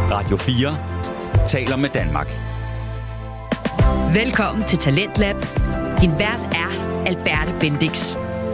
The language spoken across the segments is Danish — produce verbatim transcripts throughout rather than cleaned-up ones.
Radio fire taler med Danmark. Velkommen til Talentlab. Din vært er Alberte Bendix.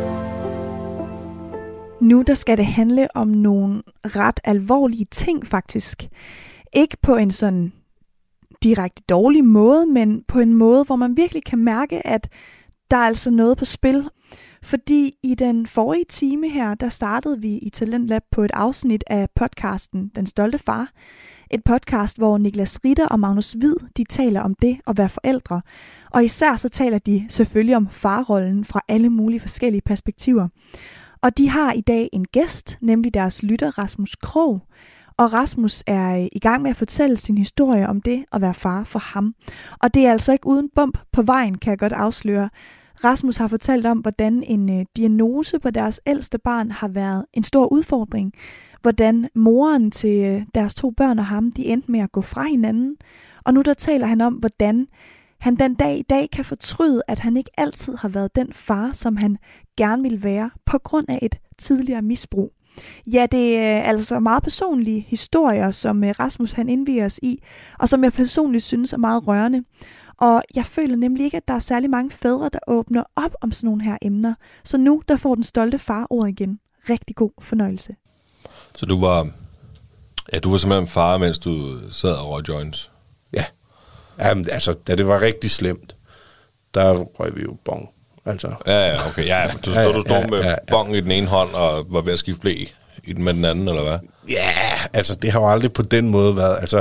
Nu der skal det handle om nogle ret alvorlige ting faktisk. Ikke på en sådan direkte dårlig måde, men på en måde, hvor man virkelig kan mærke, at der er altså noget på spil. Fordi i den forrige time her, der startede vi i Talentlab på et afsnit af podcasten Den Stolte Far. Et podcast, hvor Niklas Ritter og Magnus Hvid, de taler om det at være forældre. Og især så taler de selvfølgelig om farrollen fra alle mulige forskellige perspektiver. Og de har i dag en gæst, nemlig deres lytter Rasmus Krog. Og Rasmus er i gang med at fortælle sin historie om det at være far for ham. Og det er altså ikke uden bump på vejen, kan jeg godt afsløre. Rasmus har fortalt om, hvordan en øh, diagnose på deres ældste barn har været en stor udfordring. Hvordan moren til øh, deres to børn og ham, de endte med at gå fra hinanden. Og nu der taler han om, hvordan han den dag i dag kan fortryde, at han ikke altid har været den far, som han gerne ville være, på grund af et tidligere misbrug. Ja, det er altså meget personlige historier, som øh, Rasmus han indviger os i, og som jeg personligt synes er meget rørende. Og jeg føler nemlig ikke, at der er særlig mange fædre, der åbner op om sådan nogle her emner. Så nu, der får den stolte far ordet igen. Rigtig god fornøjelse. Så du var, ja, du var simpelthen far, mens du sad og røg joints? Ja. Jamen, altså, da det var rigtig slemt, der røg vi jo bong. Altså. Ja, ja, okay. Ja, du, så du stod ja, med ja, ja. bongen i den ene hånd og var ved at skifte blæ i den med den anden, eller hvad? Ja, altså, det har jo aldrig på den måde været, altså...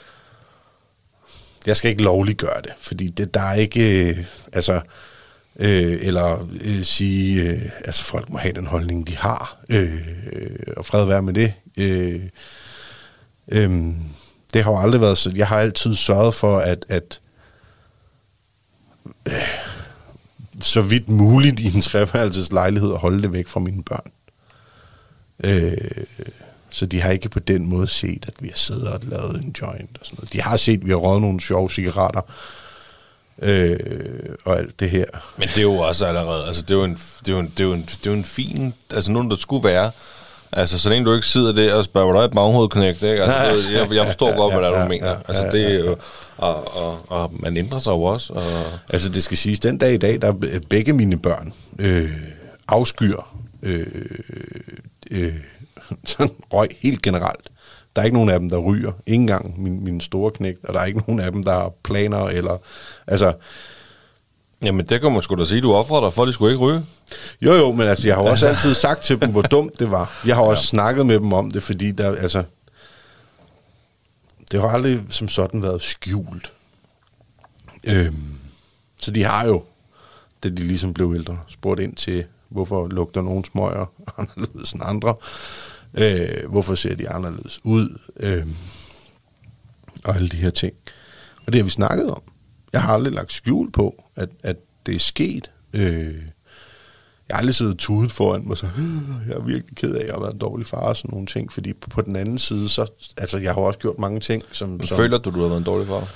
Jeg skal ikke lovliggøre det, fordi det, der er ikke, øh, altså, øh, eller øh, sige, øh, altså folk må have den holdning, de har, øh, og fred være med det. Øh, øh, det har jo aldrig været så, jeg har altid sørget for, at, at øh, så vidt muligt i en treværelses lejlighed at holde det væk fra mine børn. Øh, Så de har ikke på den måde set, at vi har siddet og lavet en joint og sådan noget. De har set, at vi har røget nogle sjove cigaretter øh, og alt det her. Men det er jo også allerede, altså det er jo en, det er jo en, det er jo en, det er jo en fin, altså nogen, der skulle være, altså så længe du ikke sidder der og spørger, hvor der er et maghovedknægt, ikke? Altså, jeg, jeg forstår godt, hvad der er, du mener. Altså det er jo, og, og, og man ændrer sig jo også. Og altså det skal siges, den dag i dag, der er begge mine børn øh, afskyr øh, øh, sådan røg helt generelt. Der er ikke nogen af dem, der ryger. Ikke engang min, min store knægt, og der er ikke nogen af dem, der har planer, eller, altså... Jamen, det kan man sgu da sige, du offrer dig for, at de skulle ikke ryge. Jo, jo, men altså, jeg har også altid sagt til dem, hvor dumt det var. Jeg har også ja. snakket med dem om det, fordi der, altså... Det har aldrig som sådan været skjult. Øhm, så de har jo, da de ligesom blev ældre, spurgt ind til, hvorfor lugter nogle smøger anderledes end andre? Øh, hvorfor ser de anderledes ud? Øh, og alle de her ting. Og det har vi snakket om. Jeg har aldrig lagt skjul på, at, at det er sket. Øh, jeg har aldrig siddet tudet foran mig, så jeg er virkelig ked af, at jeg har været en dårlig far og sådan nogle ting. Fordi på den anden side, så, altså jeg har også gjort mange ting. Som, som føler du, du har været en dårlig far?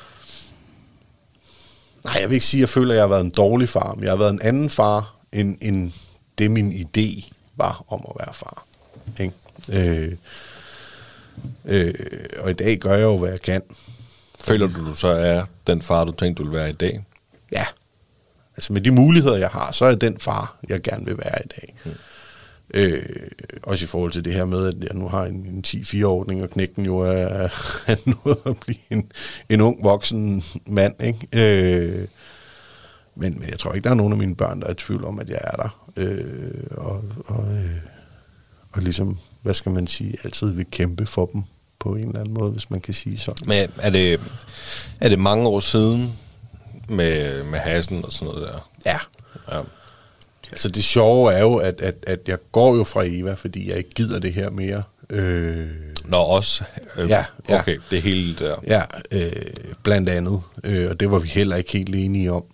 Nej, jeg vil ikke sige, at jeg føler, at jeg har været en dårlig far. Men jeg har været en anden far, end, end det min idé var om at være far. Ikke? Øh, øh, og i dag gør jeg jo, hvad jeg kan. Føler du, du så er den far, du tænkte, du vil være i dag? Ja. Altså med de muligheder, jeg har, så er jeg den far, jeg gerne vil være i dag. Mm. Øh, også i forhold til det her med, at jeg nu har en, en ti fire-ordning, og knægten jo er, er nået at blive en, en ung, voksen mand. Ikke? Øh, men, men jeg tror ikke, der er nogen af mine børn, der er i tvivl om, at jeg er der. Øh, og, og, øh, og ligesom, hvad skal man sige, altid vil kæmpe for dem på en eller anden måde, hvis man kan sige sådan. Men er det, er det mange år siden med, med hasen og sådan noget der? Ja. ja. Altså det sjove er jo, at, at, at jeg går jo fra Eva, fordi jeg ikke gider det her mere. Øh, Nå, også? Øh, ja, ja. Okay, det er hele der. Ja, øh, blandt andet. Øh, og det var vi heller ikke helt enige om.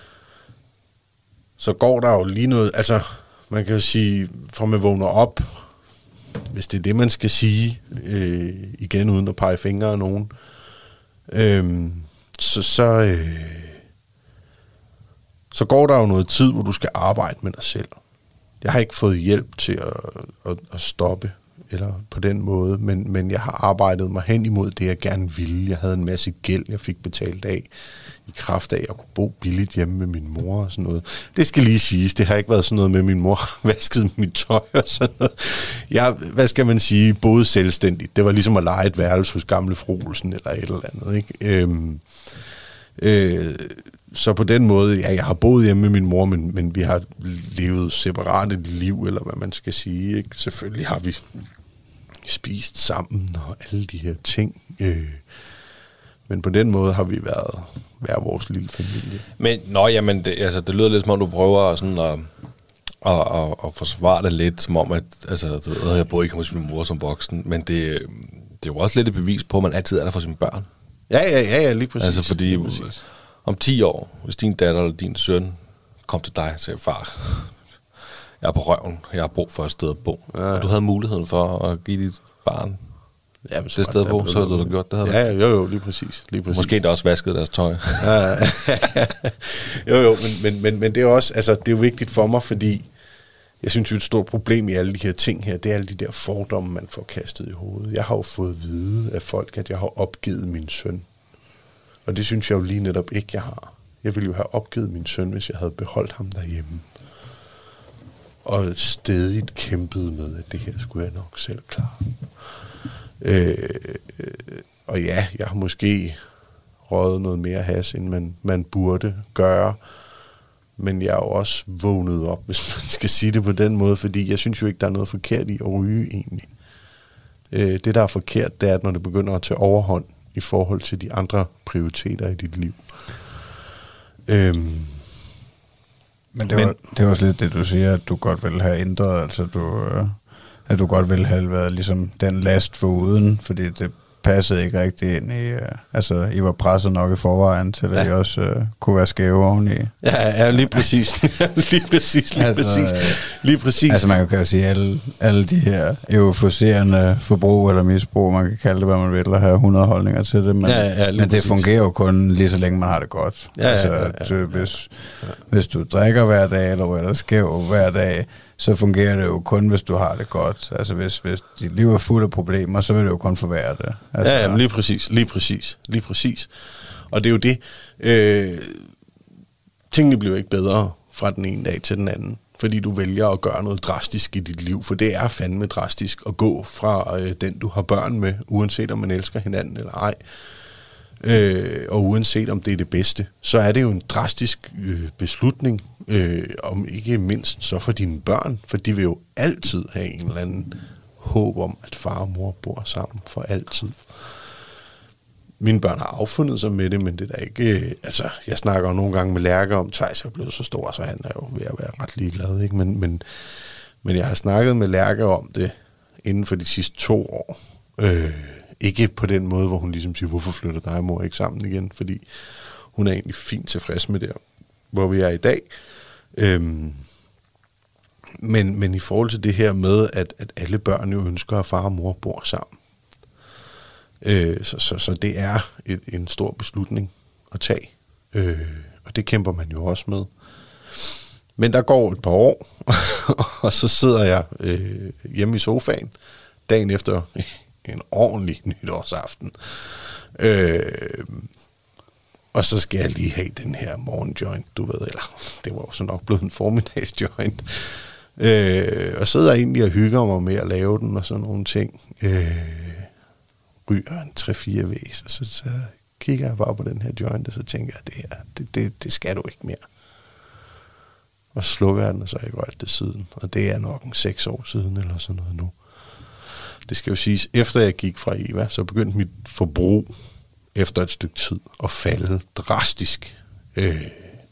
Så går der jo lige noget, altså man kan jo sige, fra man vågner op, hvis det er det, man skal sige, øh, igen uden at pege fingre af nogen, øh, så, så, øh, så går der jo noget tid, hvor du skal arbejde med dig selv. Jeg har ikke fået hjælp til at, at, at stoppe eller på den måde, men, men jeg har arbejdet mig hen imod det, jeg gerne ville. Jeg havde en masse gæld, jeg fik betalt af, i kraft af, at jeg kunne bo billigt hjemme med min mor og sådan noget. Det skal lige siges, det har ikke været sådan noget med, at min mor vaskede mit tøj og sådan noget. Jeg, hvad skal man sige, boede selvstændigt. Det var ligesom at lege et værelse hos gamle Froelsen eller et eller andet, ikke? Øhm, øh, så på den måde, ja, jeg har boet hjemme med min mor, men, men vi har levet separate liv, eller hvad man skal sige, ikke? Selvfølgelig har vi spist sammen og alle de her ting. Øh, men på den måde har vi været hver vores lille familie. Men, nå, jamen, det, altså, det lyder lidt som om, du prøver sådan at, at, at, at forsvare det lidt, som om, at altså, du ved, jeg bor ikke hos min mor som voksen, men det, det er jo også lidt et bevis på, at man altid er der for sine børn. Ja, ja, ja, ja lige præcis. Altså, fordi præcis. Om ti år, hvis din datter eller din søn kom til dig og sagde, far, jeg er på røven, jeg har brug for et sted at bo, ja. Og du havde muligheden for at give dit barn Jamen, det sted at bo, så havde du gjort det. Ja, ja, jo, jo, lige præcis. Lige præcis. Måske der også vasket deres tøj. Ja, jo, jo, men, men, men, men det er også, altså, det er jo vigtigt for mig, fordi jeg synes jo, et stort problem i alle de her ting her, det er alle de der fordomme, man får kastet i hovedet. Jeg har jo fået at vide af folk, at jeg har opgivet min søn. Og det synes jeg jo lige netop ikke, jeg har. Jeg ville jo have opgivet min søn, hvis jeg havde beholdt ham derhjemme. Og stedigt kæmpet med, at det her skulle jeg nok selv klare. Øh, øh, og ja, jeg har måske røget noget mere has, end man, man burde gøre. Men jeg er jo også vågnet op, hvis man skal sige det på den måde, fordi jeg synes jo ikke, der er noget forkert i at ryge egentlig. Øh, det, der er forkert, det er, at når det begynder at tage overhånd i forhold til de andre prioriteter i dit liv. Øhm, men det var, men det var også lidt det, du siger, at du godt ville have ændret, altså du, øh, at du godt ville have været ligesom den last for uden, fordi det passede ikke rigtig ind i, øh, altså I var presset nok i forvejen til, at ja. I også øh, kunne være skæve oveni. Ja, ja, lige præcis. lige præcis, lige altså, præcis. Lige præcis. Altså man kan jo sige, alle, alle de her euforiserende forbrug eller misbrug, man kan kalde det, hvad man vil, og have hundrede holdninger til det, men, ja, ja, men det præcis. Fungerer jo kun lige så længe man har det godt. Ja, altså, ja, ja, ja, ja. Hvis, ja. hvis du drikker hver dag, eller eller skæv hver dag, så fungerer det jo kun, hvis du har det godt. Altså, hvis, hvis dit liv er fuld af problemer, så vil det jo kun forværre det. Altså, ja, jamen, lige præcis, lige præcis, lige præcis. Og det er jo det. Øh, tingene bliver ikke bedre fra den ene dag til den anden, fordi du vælger at gøre noget drastisk i dit liv, for det er fandme drastisk at gå fra øh, den, du har børn med, uanset om man elsker hinanden eller ej, øh, og uanset om det er det bedste, så er det jo en drastisk øh, beslutning, øh, om ikke mindst så for dine børn, for de vil jo altid have en eller anden håb om, at far og mor bor sammen for altid. Mine børn har affundet sig med det, men det er da ikke... Øh, altså, jeg snakker jo nogle gange med Lærke om, Theis er blevet så stor, så han er jo ved at være ret ligeglad, ikke? Men, men, men jeg har snakket med Lærke om det inden for de sidste to år. Øh, ikke på den måde, hvor hun ligesom siger, hvorfor flytter dig og mor ikke sammen igen? Fordi hun er egentlig fint tilfreds med det, hvor vi er i dag. Øhm, men, men i forhold til det her med, at, at alle børn jo ønsker, at far og mor bor sammen. Øh, så, så, så det er et, en stor beslutning at tage. Øh, og det kæmper man jo også med. Men der går et par år, og så sidder jeg øh, hjemme i sofaen, dagen efter en ordentlig nytårsaften. Øh, og så skal jeg lige have den her morgenjoint, du ved, eller det var jo så nok blevet en formiddagsjoint. Øh, og sidder egentlig og hygger mig med at lave den og sådan nogle ting. Øh, ryger en tre-fire væs, og så, så kigger jeg bare på den her joint, og så tænker jeg, det her, det, det, det skal du ikke mere. Og slukker jeg den, og så har jeg rørt det siden. Og det er nok en seks år siden, eller sådan noget nu. Det skal jo siges, efter jeg gik fra Eva, så begyndte mit forbrug efter et stykke tid at falde drastisk. Øh,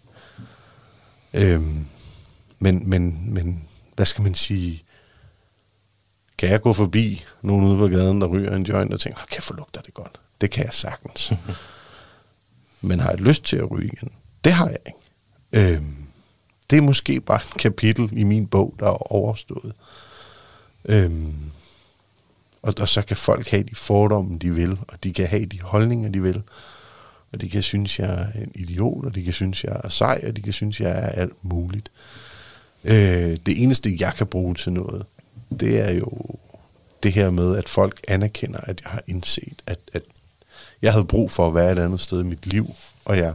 øh, men, men, men, hvad skal man sige? Kan jeg gå forbi nogen ude på gaden, der ryger en joint, og tænker, kan jeg få lugter det godt? Det kan jeg sagtens. Men har jeg lyst til at ryge igen? Det har jeg ikke. Øh, det er måske bare et kapitel i min bog, der er overstået. Øh, Og, og så kan folk have de fordomme, de vil, og de kan have de holdninger, de vil. Og de kan synes, jeg er en idiot, og de kan synes, jeg er sej, og de kan synes, jeg er alt muligt. Øh, det eneste, jeg kan bruge til noget, det er jo det her med, at folk anerkender, at jeg har indset, at, at jeg havde brug for at være et andet sted i mit liv, og jeg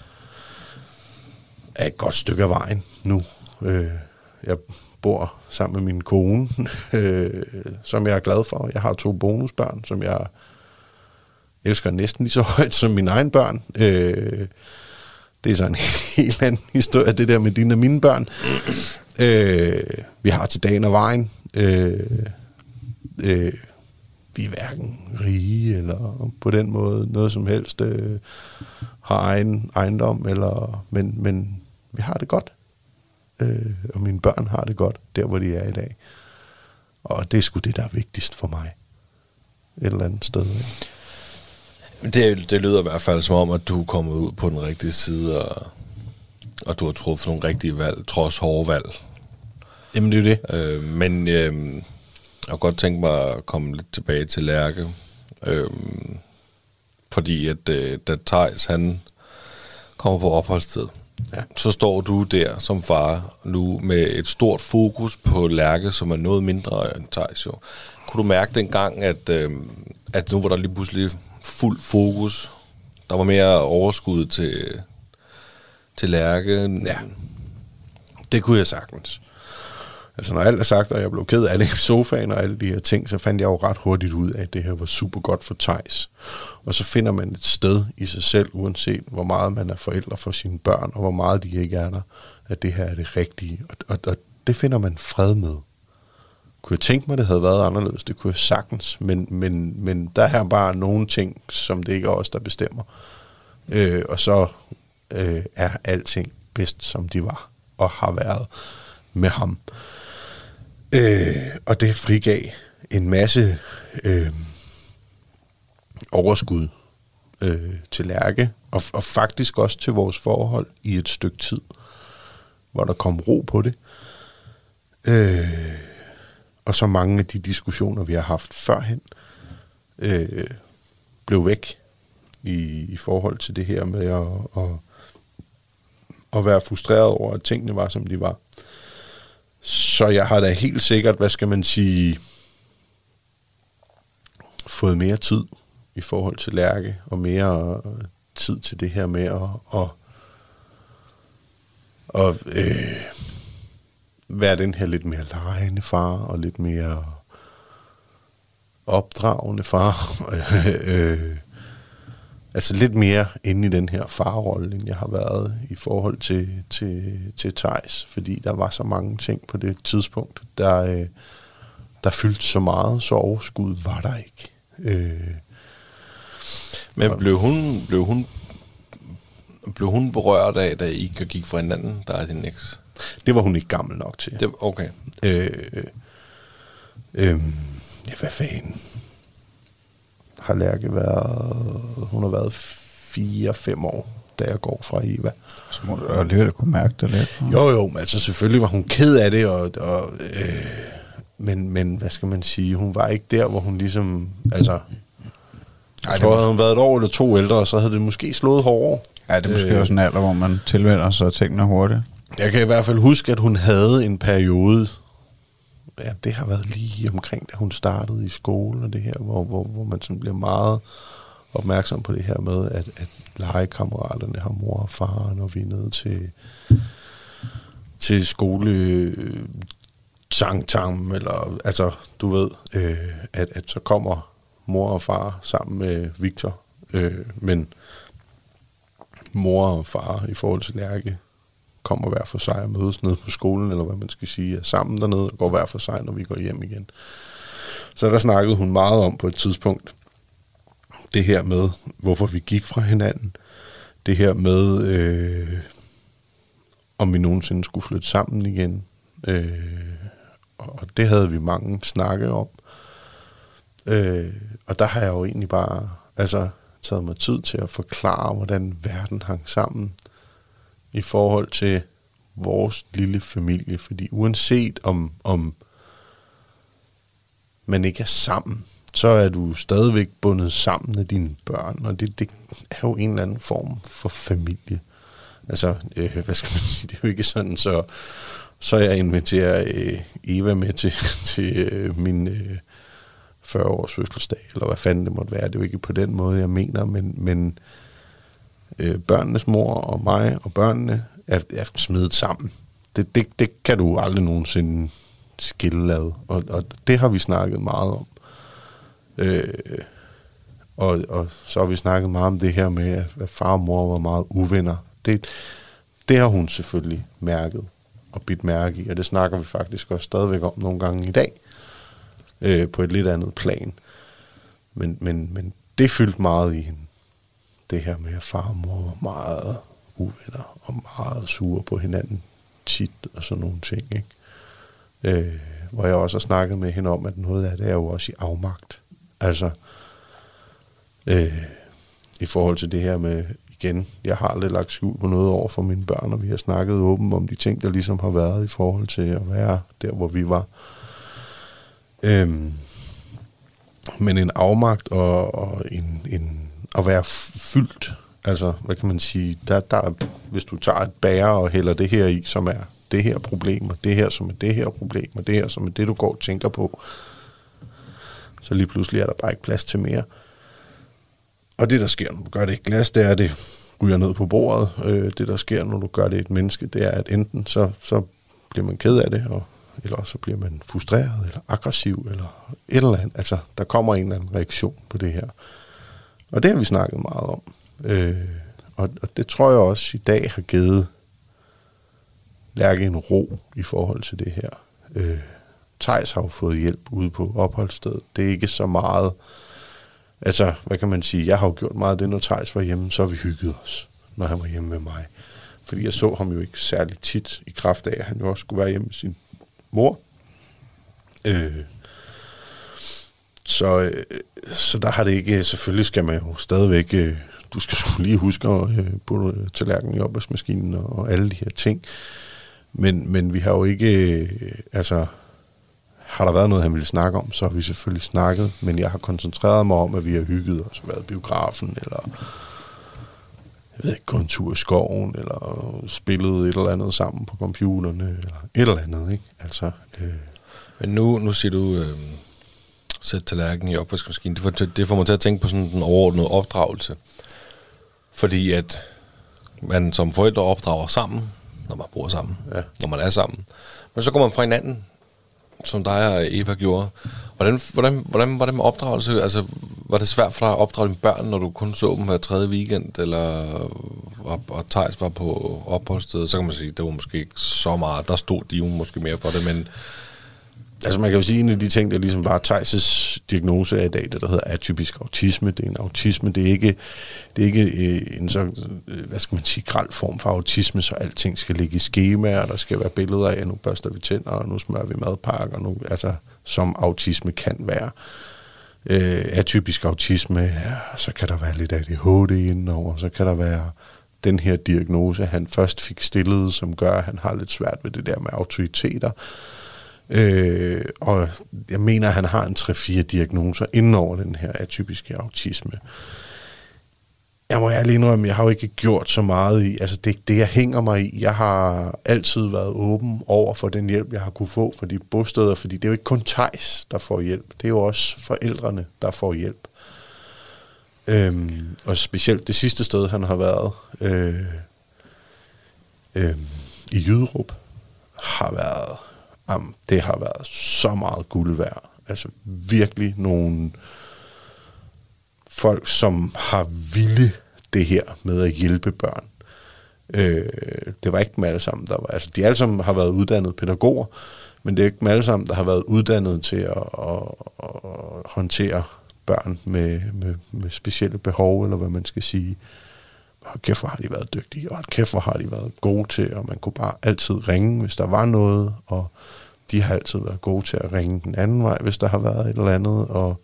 er et godt stykke af vejen nu. Øh, jeg bor sammen med min kone, øh, som jeg er glad for. Jeg har to bonusbørn, som jeg elsker næsten lige så højt som mine egne børn. Øh, det er så en helt anden historie, det der med dine og mine børn. Øh, vi har til dagen og vejen. Øh, øh, vi er hverken rige eller på den måde noget som helst øh, har egen ejendom, eller, men, men vi har det godt. Øh, og mine børn har det godt, der hvor de er i dag. Og det er sgu det, der er vigtigst for mig. Et eller andet sted. Det, det lyder i hvert fald som om, at du er kommet ud på den rigtige side, og, og du har truffet nogle rigtige valg, trods hårde valg. Jamen det er det. Øh, men øh, jeg kunne godt tænke mig at komme lidt tilbage til Lærke. Øh, fordi at øh, da Theis, han kommer på opholdssted, ja. Så står du der som far nu med et stort fokus på Lærke, som er noget mindre end Theis jo. Kunne du mærke dengang, at, øh, at nu var der lige pludselig fuld fokus? Der var mere overskud til, til Lærke? Ja, det kunne jeg sagtens. Altså når alt er sagt, og jeg blev ked af det i sofaen og alle de her ting, så fandt jeg jo ret hurtigt ud af, at det her var super godt for Theis. Og så finder man et sted i sig selv, uanset hvor meget man er forældre for sine børn, og hvor meget de ikke er der, at det her er det rigtige. Og, og, og det finder man fred med. Kunne jeg tænke mig, det havde været anderledes? Det kunne jeg sagtens. Men, men, men der er bare nogle ting, som det ikke er os, der bestemmer. Øh, og så øh, er alting bedst, som de var og har været med ham. Øh, og det frigav en masse øh, overskud øh, til Lærke, og, og faktisk også til vores forhold i et stykke tid, hvor der kom ro på det. Øh, og så mange af de diskussioner, vi har haft førhen, øh, blev væk i, i forhold til det her med at, at, at være frustreret over, at tingene var, som de var. Så jeg har da helt sikkert, hvad skal man sige, fået mere tid i forhold til Lærke, og mere tid til det her med at, at, at øh, være den her lidt mere legende far, og lidt mere opdragende far. øh, altså lidt mere inde i den her farrolle, end jeg har været i forhold til, til, til Theis, fordi der var så mange ting på det tidspunkt, der, øh, der fyldte så meget, så overskud var der ikke. Øh, Men blev hun, blev hun blev hun berørt af, da I gik fra hinanden, der er din eks? Det var hun ikke gammel nok til. Det, okay. Øh, øh, øh, ja, hvad fanden? Har Lærke været... Hun har været fire-fem år, da jeg går fra Eva. Så må du alligevel kunne mærke det lidt. Jo, jo, men altså selvfølgelig var hun ked af det, og, og, øh, men, men hvad skal man sige, hun var ikke der, hvor hun ligesom... Altså, jeg tror, havde hun været et år eller to ældre, og så havde det måske slået hårdere. Ja, det er måske øh, også en alder, hvor man tilvælger sig tingene hurtigt. Jeg kan i hvert fald huske, at hun havde en periode... Ja, det har været lige omkring, da hun startede i skole, og det her, hvor, hvor, hvor man sådan bliver meget opmærksom på det her med, at, at legekammeraterne har mor og far, når vi er nede til, til skole tang-tam, eller altså, du ved, øh, at, at så kommer mor og far sammen med Victor, øh, men mor og far i forhold til Lærke kommer hver for sig og mødes nede på skolen, eller hvad man skal sige, er sammen dernede og går hver for sig, når vi går hjem igen. Så der snakkede hun meget om på et tidspunkt, det her med, hvorfor vi gik fra hinanden, det her med, øh, om vi nogensinde skulle flytte sammen igen, øh, og det havde vi mange snakke om. Øh, og der har jeg jo egentlig bare altså, taget mig tid til at forklare, hvordan verden hang sammen, i forhold til vores lille familie, fordi uanset om, om man ikke er sammen, så er du stadigvæk bundet sammen med dine børn, og det, det er jo en eller anden form for familie. Altså, øh, hvad skal man sige, det er jo ikke sådan, så, så jeg inviterer øh, Eva med til, til øh, min, øh, fyrre års fødselsdag, eller hvad fanden det måtte være. Det er jo ikke på den måde, jeg mener, men, men øh, børnenes mor og mig og børnene er, er smidt sammen. Det, det, det kan du aldrig nogensinde skille ad, og, og det har vi snakket meget om. Øh, og, og så har vi snakket meget om det her med, at, at far og mor var meget uvenner. Det, det har hun selvfølgelig mærket og bidt mærke i, og det snakker vi faktisk også stadigvæk om nogle gange i dag, øh, på et lidt andet plan. Men, men, men det fyldte meget i hende. Det her med, at far og mor var meget uvenner og meget sure på hinanden tit og sådan nogle ting, ikke? Øh, hvor jeg også har snakket med hende om, at noget af det er jo også i afmagt. Altså, øh, i forhold til det her med, igen, jeg har aldrig lagt skjul på noget over for mine børn, og vi har snakket åbent om de ting, der ligesom har været i forhold til at være der, hvor vi var. Øh, men en afmagt og, og en, en, at være fyldt, altså, hvad kan man sige, der, der, hvis du tager et bæger og hælder det her i, som er det her problem, og det her som er det her problem, og det her som er det, du går og tænker på, så lige pludselig er der bare ikke plads til mere. Og det, der sker, når du gør det et glas, det er, at det ryger ned på bordet. Øh, det, der sker, når du gør det et menneske, det er, at enten så, så bliver man ked af det, og, eller så bliver man frustreret, eller aggressiv, eller et eller andet. Altså, der kommer en eller anden reaktion på det her. Og det har vi snakket meget om. Øh, og, og det tror jeg også i dag har givet Lærke en ro i forhold til det her. Øh, Theis har jo fået hjælp ude på opholdsstedet. Det er ikke så meget. Altså, hvad kan man sige? Jeg har jo gjort meget af det, når Theis var hjemme, så har vi hygget os, når han var hjemme med mig. Fordi jeg så ham jo ikke særlig tit i kraft af, at han jo også skulle være hjemme med sin mor. Øh, så, øh, så der har det ikke, selvfølgelig skal man jo stadigvæk, øh, du skal sgu lige huske at øh, putte tallerkenen i opvaskemaskinen og, og alle de her ting. Men, men vi har jo ikke, øh, altså, har der været noget, han ville snakke om, så har vi selvfølgelig snakket, men jeg har koncentreret mig om, at vi har hygget os, været i biografen, eller jeg ved ikke, gået en tur i skoven, eller spillet et eller andet sammen på computerne, eller et eller andet, ikke? Altså, øh. Men nu, nu siger du, øh, sæt tallerkenen i opvaskemaskinen, det får, det får mig til at tænke på sådan en overordnet opdragelse. Fordi at man som forældre opdrager sammen, når man bor sammen, ja. Når man er sammen. Men så går man fra hinanden, som dig og Eva gjorde. Hvordan, hvordan, hvordan var det med opdragelse? Altså, var det svært for dig at opdrage dine børn, når du kun så dem hver tredje weekend, eller og, og Theis var på opholdsstedet? Så kan man sige, det var måske ikke så meget. Der stod de jo måske mere for det, men altså man kan jo sige, en af de ting, der ligesom bare Theis' diagnose er i dag, det der hedder atypisk autisme. Det er en autisme, det er ikke, det er ikke en så, hvad skal man sige, grel form for autisme, så alting skal ligge i skemaer, og der skal være billeder af, nu børster vi tænder, og nu smører vi madpakker, nu, altså som autisme kan være. Øh, atypisk autisme, ja, så kan der være lidt A D H D indenover, så kan der være den her diagnose, han først fik stillet, som gør, at han har lidt svært ved det der med autoriteter. Øh, og jeg mener, at han har en tre fire diagnoser inden over den her atypiske autisme. Jeg må ærligt indrømme, jeg har jo ikke gjort så meget i, altså det, det jeg hænger mig i, jeg har altid været åben over for den hjælp, jeg har kunne få for de bosteder, fordi det er jo ikke kun Theis, der får hjælp, det er jo også forældrene, der får hjælp. Øhm, og specielt det sidste sted, han har været, øh, øh, i Jyderup, har været Jamen, det har været så meget guld værd. Altså virkelig nogle folk, som har ville det her med at hjælpe børn. Øh, det var ikke dem alle sammen, der var, altså de alle sammen har været uddannede pædagoger, men det er ikke dem alle sammen, der har været uddannet til at, at, at håndtere børn med, med, med specielle behov, eller hvad man skal sige. Hold kæft, hvor har de været dygtige, og hold kæft, hvor har de været gode til, og man kunne bare altid ringe, hvis der var noget, og de har altid været gode til at ringe den anden vej, hvis der har været et eller andet, og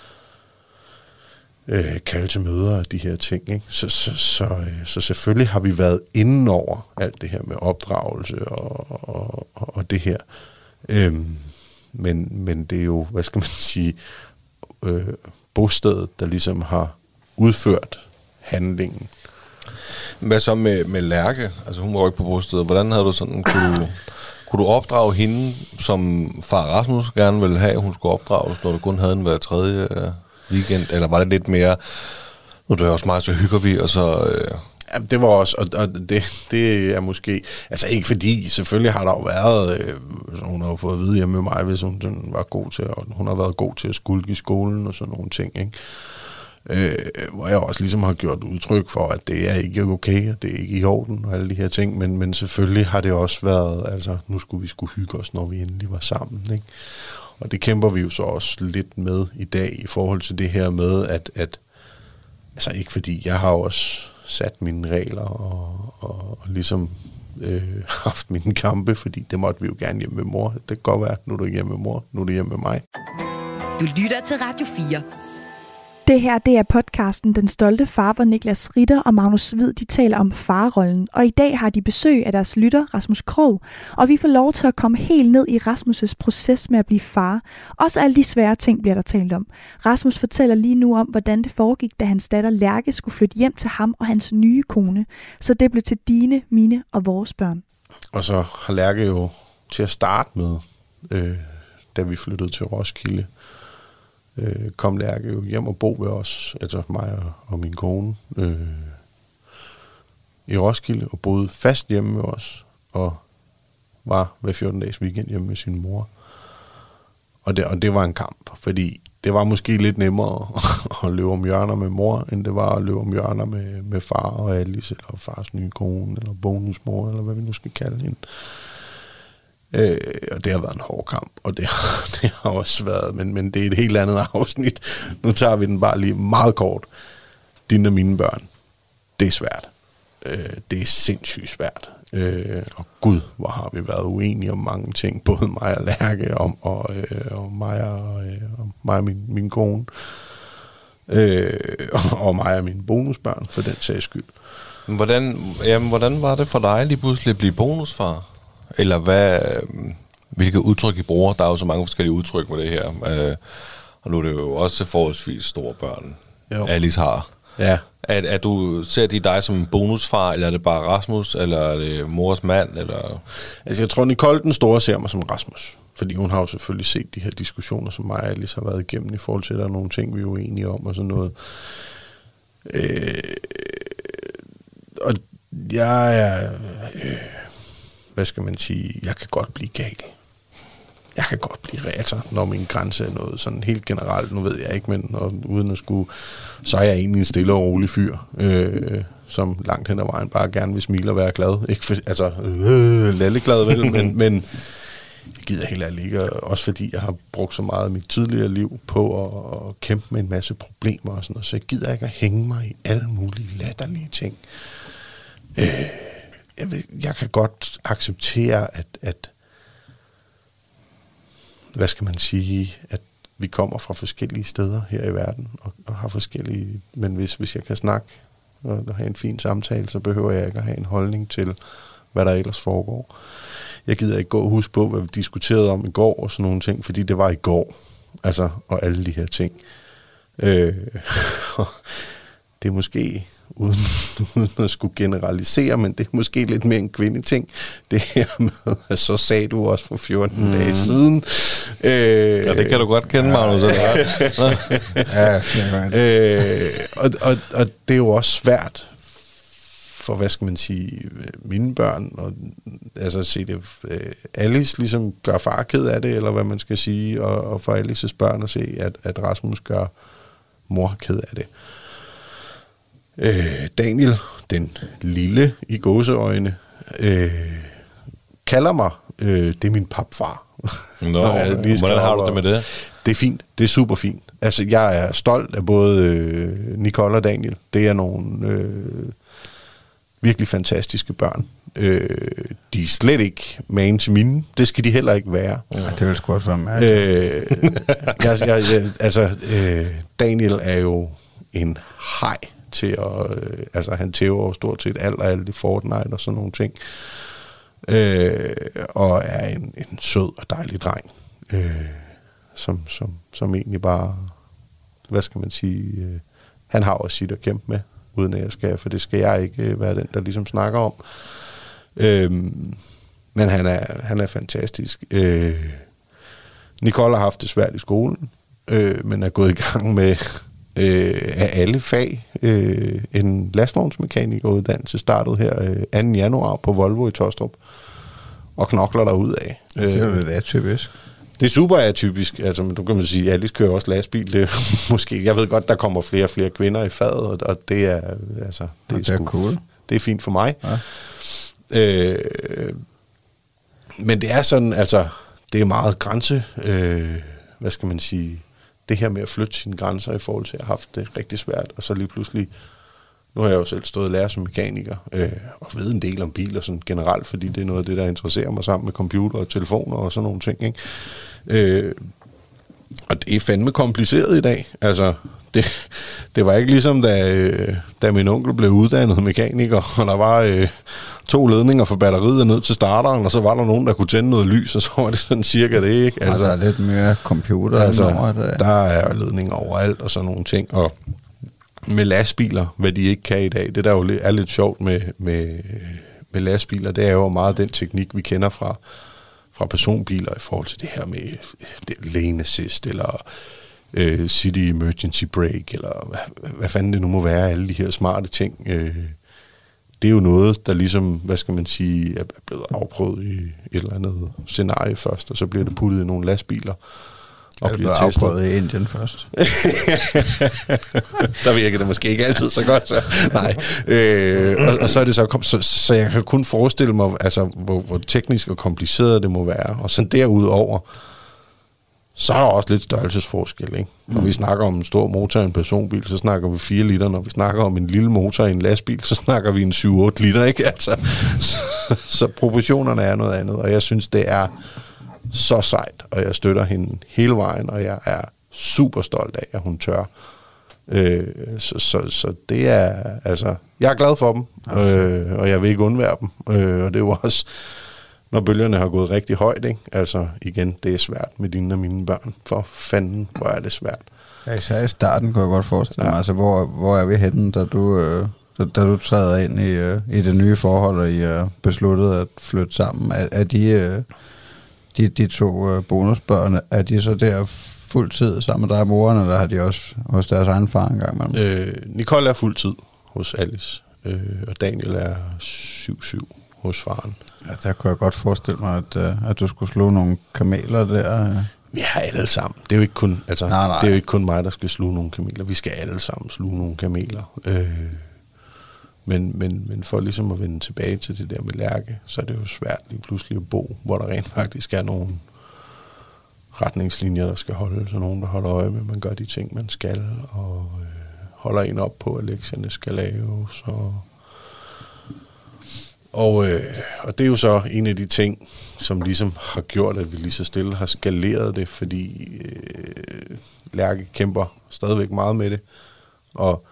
øh, kalde til møder og de her ting, ikke? Så, så, så, øh, så selvfølgelig har vi været inden over alt det her med opdragelse og, og, og, og det her. Øhm, men, men det er jo, hvad skal man sige, øh, bostedet, der ligesom har udført handlingen. Hvad så med, med Lærke? Altså hun var jo ikke på bostedet. Hvordan havde du sådan, kunne du, kunne Skulle du opdrage hende, som far Rasmus gerne ville have, hun skulle opdrages, når du kun havde en hver tredje øh, weekend? Eller var det lidt mere, nu er det også meget, så hygger vi, og så... Øh... Ja, det var også, og, og det, det er måske... Altså ikke fordi, selvfølgelig har der jo været... Øh, hun har jo fået at vide hjemme med mig, hvis hun den var god til, og hun har været god til at skulke i skolen og sådan nogle ting, ikke? Øh, hvor jeg også ligesom har gjort udtryk for, at det er ikke okay, og det er ikke i orden, og alle de her ting, men, men selvfølgelig har det også været, altså nu skulle vi skulle hygge os, når vi endelig var sammen, ikke? Og det kæmper vi jo så også lidt med i dag, i forhold til det her med, at, at altså ikke fordi, jeg har også sat mine regler, og, og, og ligesom øh, haft mine kampe, fordi det måtte vi jo gerne hjemme med mor. Det kan godt være, nu er du hjemme med mor, nu er du hjemme med mig. Du lytter til Radio fire. Det her, det er podcasten Den Stolte Far, hvor Niklas Ritter og Magnus Hvid, de taler om farrollen. Og i dag har de besøg af deres lytter, Rasmus Krog, og vi får lov til at komme helt ned i Rasmus' proces med at blive far. Også alle de svære ting bliver der talt om. Rasmus fortæller lige nu om, hvordan det foregik, da hans datter Lærke skulle flytte hjem til ham og hans nye kone. Så det blev til dine, mine og vores børn. Og så har Lærke jo til at starte med, øh, da vi flyttede til Roskilde, Øh, kom Lærke jo hjem og bo ved os, altså mig og, og min kone, øh, i Roskilde, og boede fast hjemme med os, og var hver fjorten dages weekend hjemme med sin mor. Og det, og det var en kamp, fordi det var måske lidt nemmere at løbe om hjørner med mor, end det var at løbe om hjørner med, med far og Alice, eller fars nye kone, eller bonusmor, eller hvad vi nu skal kalde hende. Øh, og det har været en hård kamp, og det, det har også været, men, men det er et helt andet afsnit. Nu tager vi den bare lige meget kort. Dine og mine børn, det er svært. Øh, det er sindssygt svært. Øh, og gud, hvor har vi været uenige om mange ting, både mig og Lærke, om, og, øh, og mig og, øh, og mig og min, min kone, øh, og, og mig og mine bonusbørn, for den sags skyld. Hvordan, jamen, hvordan var det for dig lige pludselig at blive bonusfar? Eller hvad, hvilke udtryk I bruger? Der er jo så mange forskellige udtryk med det her. Øh, og nu er det jo også forholdsvis store børn, jo. Alice har. Ja. Er, er du, ser de dig som bonusfar, eller er det bare Rasmus, eller er det mors mand? Eller? Altså jeg tror, Nicole den store ser mig som Rasmus. Fordi hun har jo selvfølgelig set de her diskussioner, som mig og Alice har været igennem, i forhold til, at der er nogle ting, vi er uenige om, og sådan noget. Øh, og jeg er... Øh, hvad skal man sige, jeg kan godt blive gal. Jeg kan godt blive altså, når min grænse er noget sådan helt generelt, nu ved jeg ikke, men og, uden at skulle, så er jeg egentlig en stille og rolig fyr, øh, som langt hen ad vejen bare gerne vil smile og være glad. Ikke for, altså, øh, lalleglad vel, men, men jeg gider helt ærligt ikke, også fordi jeg har brugt så meget af mit tidligere liv på at, at kæmpe med en masse problemer og sådan noget, så jeg gider ikke at hænge mig i alle mulige latterlige ting. Øh, Jeg, ved, jeg kan godt acceptere, at, at, hvad skal man sige, at vi kommer fra forskellige steder her i verden, og, og har forskellige, men hvis, hvis jeg kan snakke og have en fin samtale, så behøver jeg ikke at have en holdning til, hvad der ellers foregår. Jeg gider ikke gå og huske på, hvad vi diskuterede om i går, og sådan nogle ting, fordi det var i går, altså, og alle de her ting. Øh, det er måske... Uden, uden at skulle generalisere, men det er måske lidt mere en kvindeting, det her med, at så sagde du også for fjorten mm. dage siden. Øh, ja, det kan du godt kende, Magnus. Ja, ja, øh, og, og, og det er jo også svært for, hvad skal man sige, mine børn, og altså se det, øh, Alice ligesom gør far ked af det, eller hvad man skal sige, og, og for Alices børn at se, at, at Rasmus gør mor ked af det. Øh, Daniel, den lille i gåseøjne, øh, kalder mig, øh, det er min papfar. Nå, hvordan har du det med det? Det er fint, det er super fint. Altså, jeg er stolt af både øh, Nicole og Daniel. Det er nogle øh, virkelig fantastiske børn. Øh, de er slet ikke magen til mine. Det skal de heller ikke være. Ja, det vil sgu også være mærkeligt. Øh, jeg, jeg, jeg, altså, øh, Daniel er jo en hej til at, øh, altså han tæver stort set alt og alt i Fortnite og sådan nogle ting. Øh, og er en, en sød og dejlig dreng, øh, som, som, som egentlig bare, hvad skal man sige, øh, han har også sit at kæmpe med, uden at jeg skal, for det skal jeg ikke øh, være den, der ligesom snakker om. Øh, Men han er, han er fantastisk. Øh, Nicole har haft det svært i skolen, øh, men er gået i gang med øh, af alle fag. Øh, en lastvognsmekanikeruddannelse startede her øh, anden januar på Volvo i Tostrup, og knokler derudad. Det er jo lidt atypisk. Det er super atypisk. Altså, men du kan man sige, at Alice kører også lastbil. Det er, måske, jeg ved godt, der kommer flere og flere kvinder i faget, og, og det er altså det er, det er sgu, cool. Det er fint for mig. Ja. Øh, men det er sådan, altså, det er meget grænse, øh, hvad skal man sige, det her med at flytte sine grænser i forhold til at have haft det rigtig svært, og så lige pludselig, nu har jeg jo selv stået og lært som mekaniker, øh, og ved en del om biler sådan generelt, fordi det er noget af det, der interesserer mig sammen med computer og telefoner og sådan nogle ting, ikke? Øh, og det er fandme kompliceret i dag. Altså, det, det var ikke ligesom, da, øh, da min onkel blev uddannet mekaniker, og der var øh, to ledninger for batteriet ned til starteren, og så var der nogen, der kunne tænde noget lys, og så var det sådan cirka det, ikke? Altså, der er lidt mere computer. Altså, over det. Der er ledninger overalt og sådan nogle ting, og med lastbiler, hvad de ikke kan i dag, det der jo er lidt sjovt med, med, med lastbiler, det er jo meget den teknik, vi kender fra, fra personbiler i forhold til det her med lane assist, eller øh, city emergency brake, eller hvad, hvad fanden det nu må være, alle de her smarte ting. Øh, det er jo noget, der ligesom, hvad skal man sige, er blevet afprøvet i et eller andet scenarie først, og så bliver det puttet i nogle lastbiler. Og bliver afprøvet i Indien først. Der virker det måske ikke altid så godt, så nej. Øh, og, og så er det så, så, så jeg kan kun forestille mig, altså, hvor, hvor teknisk og kompliceret det må være. Og så derudover, så er der også lidt størrelsesforskel, ikke? Når mm. vi snakker om en stor motor i en personbil, så snakker vi fire liter. Når vi snakker om en lille motor i en lastbil, så snakker vi en syv otte liter, ikke? Altså, så, så proportionerne er noget andet, og jeg synes, det er så sejt, og jeg støtter hende hele vejen, og jeg er super stolt af, at hun tør. Øh, så, så, så det er, altså, jeg er glad for dem, øh, og jeg vil ikke undvære dem. Øh, og det er jo også, når bølgerne har gået rigtig højt, ikke? Altså, igen, det er svært med dine og mine børn. For fanden, hvor er det svært. Ja, især i starten kunne jeg godt forestille mig, ja. Altså, hvor, hvor er vi henne, da du, øh, da, da du træder ind i, øh, i det nye forhold, og I er besluttet at flytte sammen? Er, er de... Øh, De, de to øh, bonusbørn, er de så der fuldtid sammen med dig og moren, eller har de også hos deres egen far engang med dem? Øh, Nicole er fuldtid hos Alice, øh, og Daniel er syv syv hos faren. Ja, der kunne jeg godt forestille mig, at, øh, at du skulle slå nogle kameler der. Vi har alle sammen. Det er jo ikke kun, altså, nej, nej. Det er jo ikke kun mig, der skal sluge nogle kameler. Vi skal alle sammen sluge nogle kameler. Øh, Men, men, men for ligesom at vende tilbage til det der med Lærke, så er det jo svært lige pludselig at bo, hvor der rent faktisk er nogle retningslinjer, der skal holde, så nogen, der holder øje med, at man gør de ting, man skal, og øh, holder en op på, at lektierne skal laves. Og, og, øh, og det er jo så en af de ting, som ligesom har gjort, at vi lige så stille har skaleret det, fordi øh, Lærke kæmper stadigvæk meget med det, og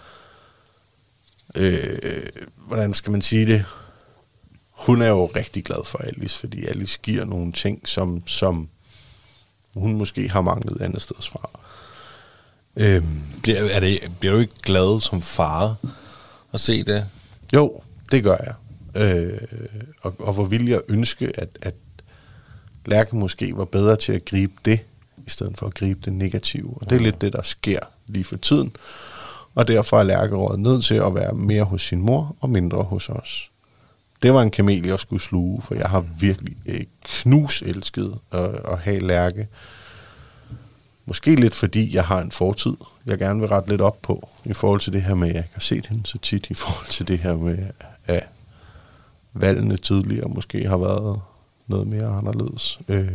Øh, hvordan skal man sige det? Hun er jo rigtig glad for Alice, fordi Alice giver nogle ting, som, som hun måske har manglet andet sted fra. Øh, bliver, er det, bliver du ikke glad som far at se det? Jo, det gør jeg. Øh, og, og hvor vil jeg ønske, at, at Lærke måske var bedre til at gribe det, i stedet for at gribe det negative. Og det er lidt det, der sker lige for tiden. Og derfor er Lærke rådet ned til at være mere hos sin mor og mindre hos os. Det var en kamel, jeg skulle sluge, for jeg har virkelig øh, knuselsket at, at have Lærke. Måske lidt fordi, jeg har en fortid, jeg gerne vil rette lidt op på, i forhold til det her med, at jeg ikke har set hende så tit, i forhold til det her med, at valgene tidligere måske har været noget mere anderledes. Øh.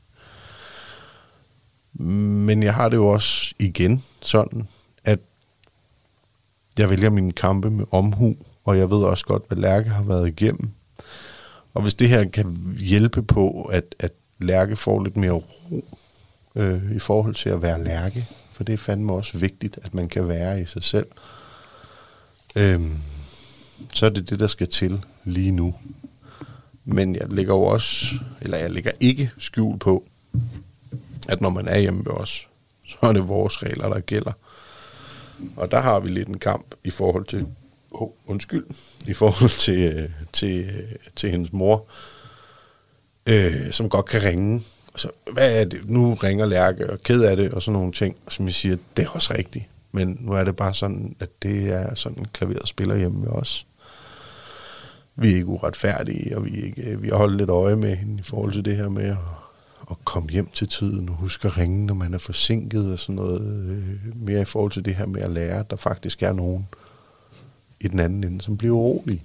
Men jeg har det jo også igen sådan, at jeg vælger mine kampe med omhu, og jeg ved også godt, hvad Lærke har været igennem. Og hvis det her kan hjælpe på, at, at Lærke får lidt mere ro øh, i forhold til at være Lærke, for det er fandme også vigtigt, at man kan være i sig selv, øh, så er det det, der skal til lige nu. Men jeg lægger jo også, eller jeg lægger ikke skjul på, at når man er hjemme ved os, så er det vores regler, der gælder. Og der har vi lidt en kamp i forhold til, oh, undskyld, i forhold til, til, til hendes mor. øh, som godt kan ringe. Så, hvad er det? Nu ringer Lærke og ked af det, og sådan nogle ting, som jeg siger, det er også rigtigt. Men nu er det bare sådan, at det er sådan en klaveret spiller hjemme ved os. Vi er ikke uretfærdige, og vi, er ikke, vi har holdt lidt øje med hende i forhold til det her med at, at komme hjem til tiden og huske at ringe, når man er forsinket og sådan noget. Øh, mere i forhold til det her med at lære, at der faktisk er nogen i den anden ende, som bliver urolig.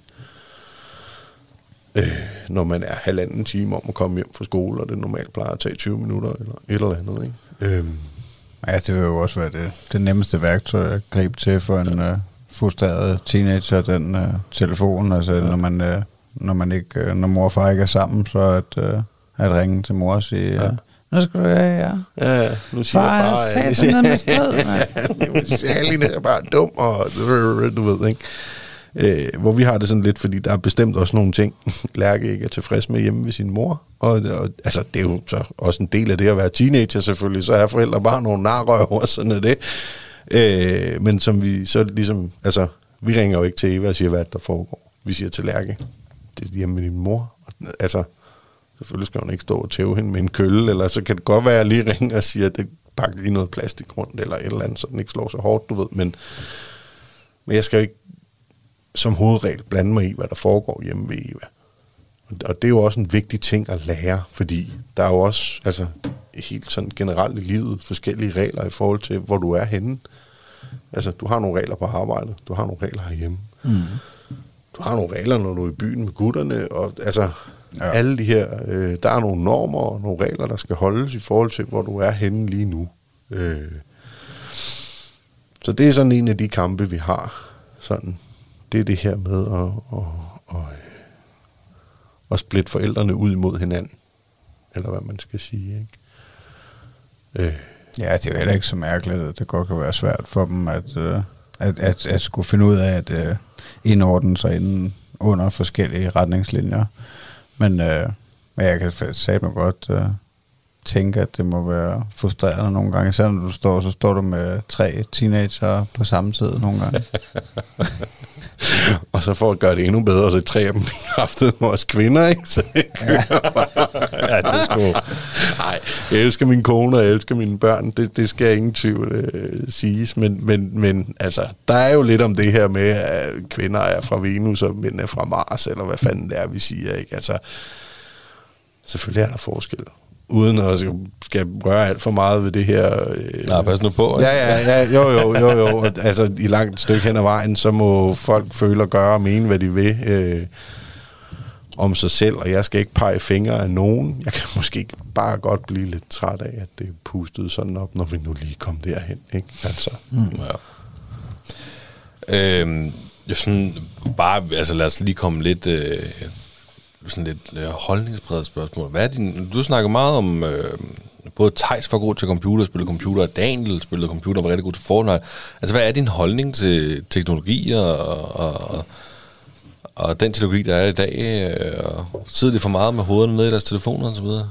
Øh, når man er halvanden time om at komme hjem fra skole, og det normalt plejer at tage tyve minutter eller et eller andet. Ikke? Øh. Ja, det vil jo også være det, det nemmeste værktøj at gribe til for en ja. uh, frustreret teenager, den uh, telefon. Altså, ja. når, man, uh, når, man ikke, uh, når mor og far ikke er sammen, så at, uh, at ringe til mor og sige... Ja. Nu skal du have, ja. Ja, nu siger far, far jeg sagde noget med sted. Halina er bare dum, og du ved, ikke? Øh, hvor vi har det sådan lidt, fordi der er bestemt også nogle ting, Lærke ikke er tilfreds med hjemme ved sin mor. Og, og altså, det er jo så også en del af det at være teenager selvfølgelig, så er forældre bare nogle narrøv og sådan er det. Øh, men som vi så ligesom, altså, vi ringer jo ikke til Eva og siger, hvad der foregår. Vi siger til Lærke, det er hjemme med din mor. Altså, selvfølgelig skal hun ikke stå og tæve hende med en kølle, eller så kan det godt være, at jeg lige ringer og siger, at det pakker lige noget plastik rundt, eller et eller andet, så den ikke slår så hårdt, du ved. Men, men jeg skal jo ikke som hovedregel blande mig i, hvad der foregår hjemme ved Eva. Og det er jo også en vigtig ting at lære, fordi der er jo også, altså helt sådan generelt i livet, forskellige regler i forhold til, hvor du er henne. Altså, du har nogle regler på arbejdet, du har nogle regler herhjemme. Mm. Du har nogle regler, når du er i byen med gutterne, og altså, ja. alle de her, øh, der er nogle normer og nogle regler, der skal holdes i forhold til, hvor du er henne lige nu. Øh. Så det er sådan en af de kampe, vi har. Sådan, det er det her med at, at, at, at splitte forældrene ud imod hinanden. Eller hvad man skal sige, ikke? Øh. Ja, det er jo heller ikke så mærkeligt, at det godt kan være svært for dem at, uh, at, at, at skulle finde ud af at uh, indordne sig inden under forskellige retningslinjer. Men, uh, men jeg kan satme godt uh, tænke, at det må være frustrerende nogle gange. Selvom du står, så står du med tre teenager på samme tid nogle gange. Og så for at gøre det endnu bedre, så tre af dem haftede med os kvinder, ikke? Så det ja. ja, det er sgu... Nej, jeg elsker min kone, og jeg elsker mine børn. Det, det skal ingen tvivl øh, siges. Men, men, men altså, der er jo lidt om det her med, at kvinder er fra Venus, og mænd er fra Mars, eller hvad fanden det er, vi siger, ikke? Altså, selvfølgelig er der forskel. Uden at skal røre alt for meget ved det her. Øh, Nej, pas nu på. Ikke? Ja, ja, ja, jo, jo, jo, jo. Altså, i langt stykke hen ad vejen, så må folk føle og gøre og mene, hvad de vil øh, om sig selv, og jeg skal ikke pege fingre af nogen. Jeg kan måske bare godt blive lidt træt af, at det er pustet sådan op, når vi nu lige kom derhen, ikke? Altså. Mm. Ja. Øhm, jeg sådan bare, altså lad os lige komme lidt... Øh, sådan lidt øh, holdningspræget spørgsmål. Hvad er din, du snakker meget om, øh, både Theis var god til computer, spillede computer, og Daniel spillede computer, var rigtig god til Fortnite. Altså, hvad er din holdning til teknologi og, og, og den teknologi, der er i dag? Øh, og sidder de for meget med hovederne nede i deres telefoner og så videre?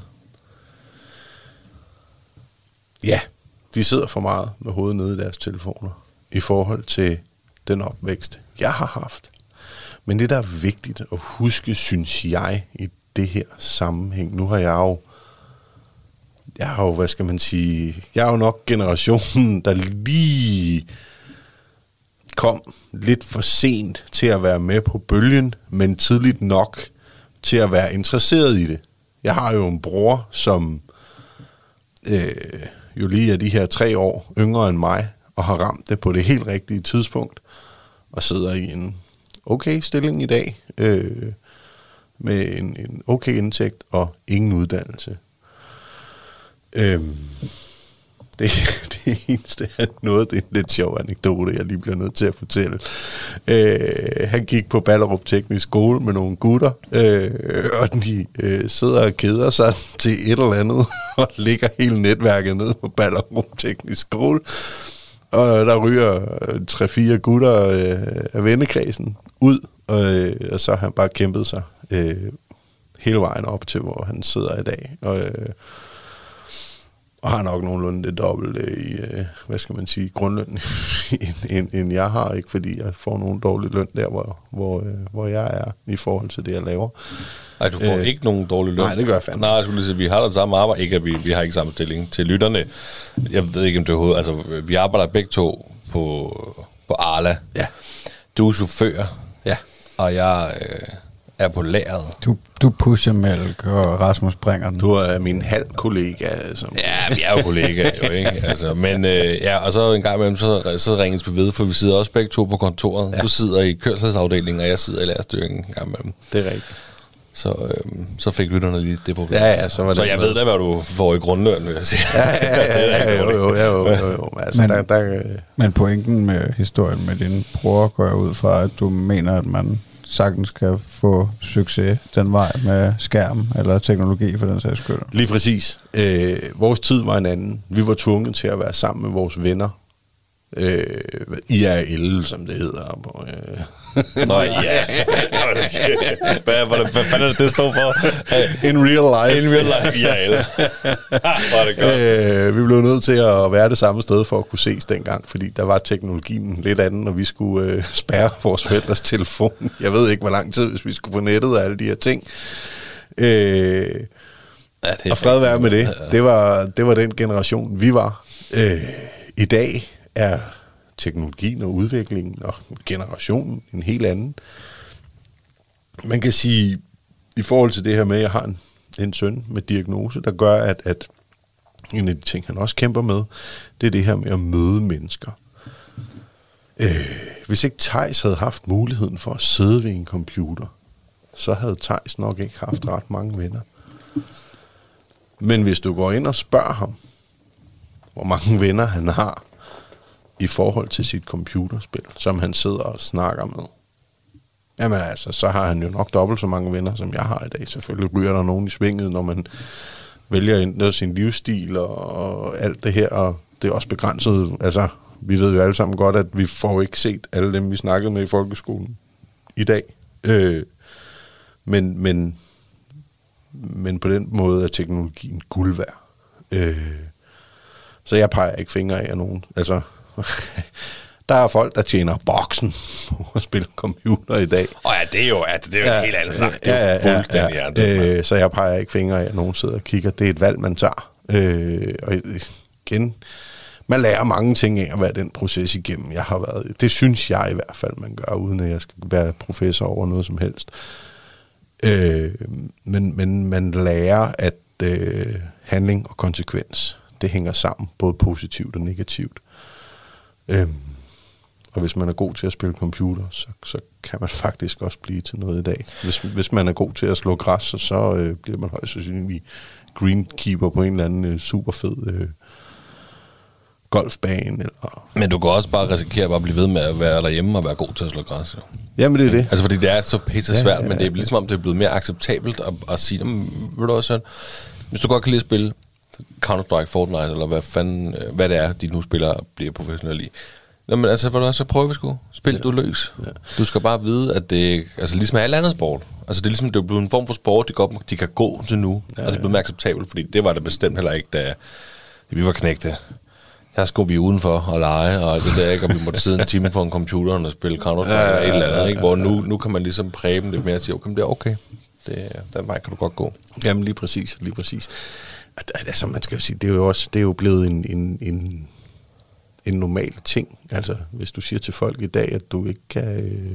Ja, de sidder for meget med hovedet nede i deres telefoner i forhold til den opvækst, jeg har haft. Men det, der er vigtigt at huske, synes jeg, i det her sammenhæng, nu har jeg jo, jeg har jo, hvad skal man sige, jeg er jo nok generationen, der lige kom lidt for sent til at være med på bølgen, men tidligt nok til at være interesseret i det. Jeg har jo en bror, som øh, jo lige er de her tre år yngre end mig, og har ramt det på det helt rigtige tidspunkt, og sidder i en okay stilling i dag, øh, med en, en okay indtægt og ingen uddannelse. Øhm, det, det eneste er noget, det er en lidt sjov anekdote, jeg lige bliver nødt til at fortælle. Øh, han gik på Ballerup Teknisk Skole med nogle gutter, øh, og de øh, sidder og keder sig til et eller andet, og ligger hele netværket ned på Ballerup Teknisk Skole. Og der ryger tre-fire gutter øh, af vennekredsen ud, og, øh, og så har han bare kæmpet sig øh, hele vejen op til, hvor han sidder i dag. Og, øh, og har nok nogenlunde det dobbelte i, øh, hvad skal man sige, grundløn, end, end, end jeg har, ikke fordi jeg får nogen dårlig løn der, hvor, hvor, øh, hvor jeg er i forhold til det, jeg laver. Nej, du får øh, ikke nogen dårlig løn. Nej, det gør jeg fandme. Nej, jeg skulle lige sige, vi har da samme arbejde. Ikke, at vi, vi har ikke samme stilling til lytterne. Jeg ved ikke, om det er hovedet. Altså, vi arbejder begge to på, på Arla. Ja. Du er chauffør. Ja. Og jeg øh, er på lageret. Du, du pusher mælk, og Rasmus bringer den. Du er min halv kollega. Som Ja, vi er jo kollegaer, jo, ikke? Altså, men øh, ja, og så en gang imellem, så, så ringes vi ved, for vi sidder også begge to på kontoret. Ja. Du sidder i kørselsafdelingen, og jeg sidder i lærerstyringen en gang imellem. Det er rigtigt. Så, øh, så fik lytterne lige det problem. Ja, ja, så var det så jeg noget. ved da, hvad du får i grundløn, vil jeg sige. Ja, ja, ja, ja, jo, jo, jo, jo, jo. Altså, men, der, der, men pointen med historien med din bror går jeg ud fra, at du mener, at man sagtens kan få succes den vej med skærm eller teknologi for den sags skyld. Lige præcis. Øh, vores tid var en anden. Vi var tvunget til at være sammen med vores venner. Øh, I R L, som det hedder. På, øh. Nå ja. Hvad, hvad, hvad fanden er det, det står for? In real life. In real life, I R L. Var det godt. Øh, vi blev nødt til at være det samme sted for at kunne ses dengang, fordi der var teknologien lidt anden, og vi skulle øh, spærre vores forældres telefon. Jeg ved ikke, hvor lang tid, hvis vi skulle på nettet og alle de her ting. Øh, ja, og fred være med det. Det var, det var den generation, vi var. Øh, I dag er teknologien og udviklingen og generationen en helt anden. Man kan sige, i forhold til det her med, at jeg har en, en søn med diagnose, der gør, at, at en af de ting, han også kæmper med, det er det her med at møde mennesker. Øh, hvis ikke Theis havde haft muligheden for at sidde ved en computer, så havde Theis nok ikke haft ret mange venner. Men hvis du går ind og spørger ham, hvor mange venner han har, i forhold til sit computerspil, som han sidder og snakker med. Jamen altså, så har han jo nok dobbelt så mange venner, som jeg har i dag. Selvfølgelig ryger der nogen i svinget, når man vælger at ændre sin livsstil og, og alt det her, og det er også begrænset. Altså, vi ved jo alle sammen godt, at vi får ikke set alle dem, vi snakkede med i folkeskolen i dag. Øh, men, men, men på den måde er teknologien guld værd. Øh, så jeg peger ikke fingre af nogen. Altså, der er folk, der tjener boksen på at spille computer i dag. Og ja, det er jo, det er jo ja, en helt anden snak. Det ja, er jo fuldstændig ja, ja, ja. Øh, så jeg peger ikke fingre af, at nogen sidder og kigger. Det er et valg, man tager. Øh, og igen, man lærer mange ting af at være den proces igennem, jeg har været. Det synes jeg i hvert fald, man gør, uden at jeg skal være professor over noget som helst. Øh, men, men man lærer, at øh, handling og konsekvens, det hænger sammen, både positivt og negativt. Øhm, og hvis man er god til at spille computer, så, så kan man faktisk også blive til noget i dag. Hvis, hvis man er god til at slå græs, så, så øh, bliver man højst sandsynligt greenkeeper på en eller anden øh, super fed øh, golfbane. Eller. Men du kan også bare risikere bare at blive ved med at være derhjemme og være god til at slå græs. Jo. Jamen det er det. Altså fordi det er så pisse svært, ja, ja, ja. Men det er ligesom om det er blevet mere acceptabelt at, at sige, ved du også sådan, hvis du godt kan lide at spille Counter-Strike, Fortnite, eller hvad fanden, hvad det er, de nu spillere bliver professionelle i. Jamen altså, for du så prøver vi sgu. Spil, ja. Du løs. Ja. Du skal bare vide, at det altså ligesom alle andre sport. Altså det er ligesom, det er blevet en form for sport, de, godt, de kan gå til nu, ja, og det er blevet mere acceptabelt, fordi det var det bestemt heller ikke, da vi var knægte. Her skulle vi udenfor og lege, og det der ikke, og vi måtte sidde en time for en computer og spille Counter-Strike ja, ja, ja, eller et eller andet, ikke? Hvor nu, nu kan man ligesom præge dem lidt mere og sige, okay, det er okay. Det, den vej kan du godt gå. Jamen lige præcis, lige præcis. Altså, man skal jo sige, det er jo også, det er jo blevet en, en, en, en normal ting. Altså, hvis du siger til folk i dag, at du ikke kan... Øh,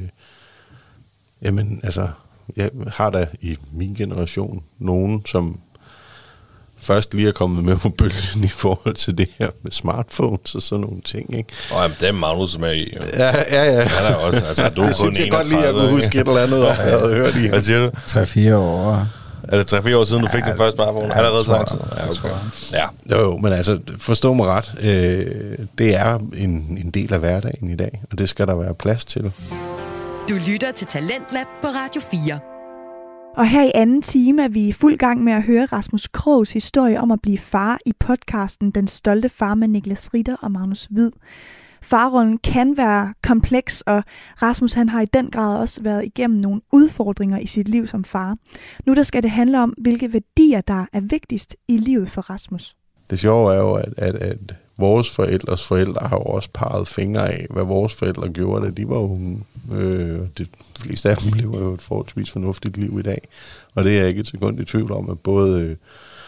jamen, altså, jeg har da i min generation nogen, som først lige er kommet med på bølgen i forhold til det her med smartphones og sådan nogle ting, ikke? Og jamen, det er Magnus, som er i. Jo. Ja, ja, ja. Han er også, altså, du er det kun synes jeg godt lige, at jeg kunne huske et eller andet, og jeg havde hørt i. Hvad siger du? tre-fire år. Er det tre-fire år siden, du fik ja, den første smartphone? Ja, allerede så lang tid? Ja, okay. Ja. Jo, jo, men altså, forstå mig ret. Øh, det er en, en del af hverdagen i dag, og det skal der være plads til. Du lytter til Talentlab på Radio fire. Og her i anden time er vi i fuld gang med at høre Rasmus Krogs historie om at blive far i podcasten Den Stolte Far med Niklas Ritter og Magnus Hvid. Farrollen kan være kompleks, og Rasmus han har i den grad også været igennem nogle udfordringer i sit liv som far. Nu der skal det handle om, hvilke værdier, der er vigtigst i livet for Rasmus. det sjove er jo, at, at, at vores forældres forældre har jo også peget fingre af, hvad vores forældre gjorde, da de var unge. Øh, de fleste af dem lever jo et forholdsvis fornuftigt liv i dag. Og det er jeg ikke et sekund i tvivl om, at både øh,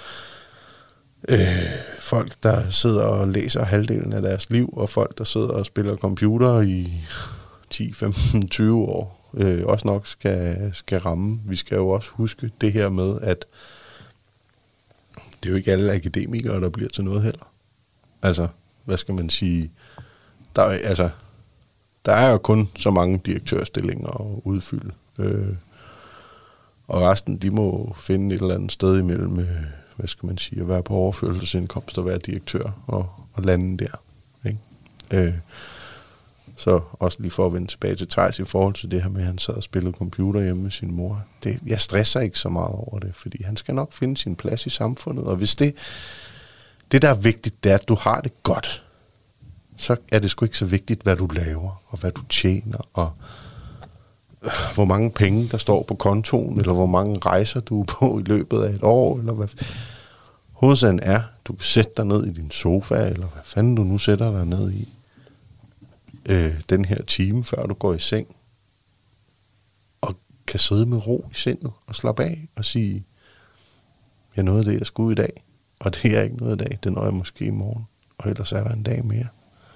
øh, folk, der sidder og læser halvdelen af deres liv, og folk, der sidder og spiller computer i ti, femten, tyve år, øh, også nok skal, skal ramme. Vi skal jo også huske det her med, at det er jo ikke alle akademikere, der bliver til noget heller. Altså, hvad skal man sige? Der er, altså, der er jo kun så mange direktørstillinger at udfylde. Øh, og resten, de må finde et eller andet sted imellem, øh, hvad skal man sige, at være på overførselsindkomst og være direktør og, og lande der. Ikke? Øh, så også lige for at vende tilbage til Theis i forhold til det her med, at han sad og spillede computer hjemme med sin mor. Det, jeg stresser ikke så meget over det, fordi han skal nok finde sin plads i samfundet. Og hvis det, det der er vigtigt, det er, at du har det godt, så er det sgu ikke så vigtigt, hvad du laver, og hvad du tjener, og hvor mange penge, der står på kontoen, eller hvor mange rejser du er på i løbet af et år, eller hvad. Hovedsagen er, du kan sætte dig ned i din sofa, eller hvad fanden du nu sætter dig ned i, øh, den her time, før du går i seng, og kan sidde med ro i sindet, og slappe af, og sige, jeg nåede det, jeg skulle i dag, og det er ikke noget i dag, det når jeg måske i morgen, og ellers er der en dag mere.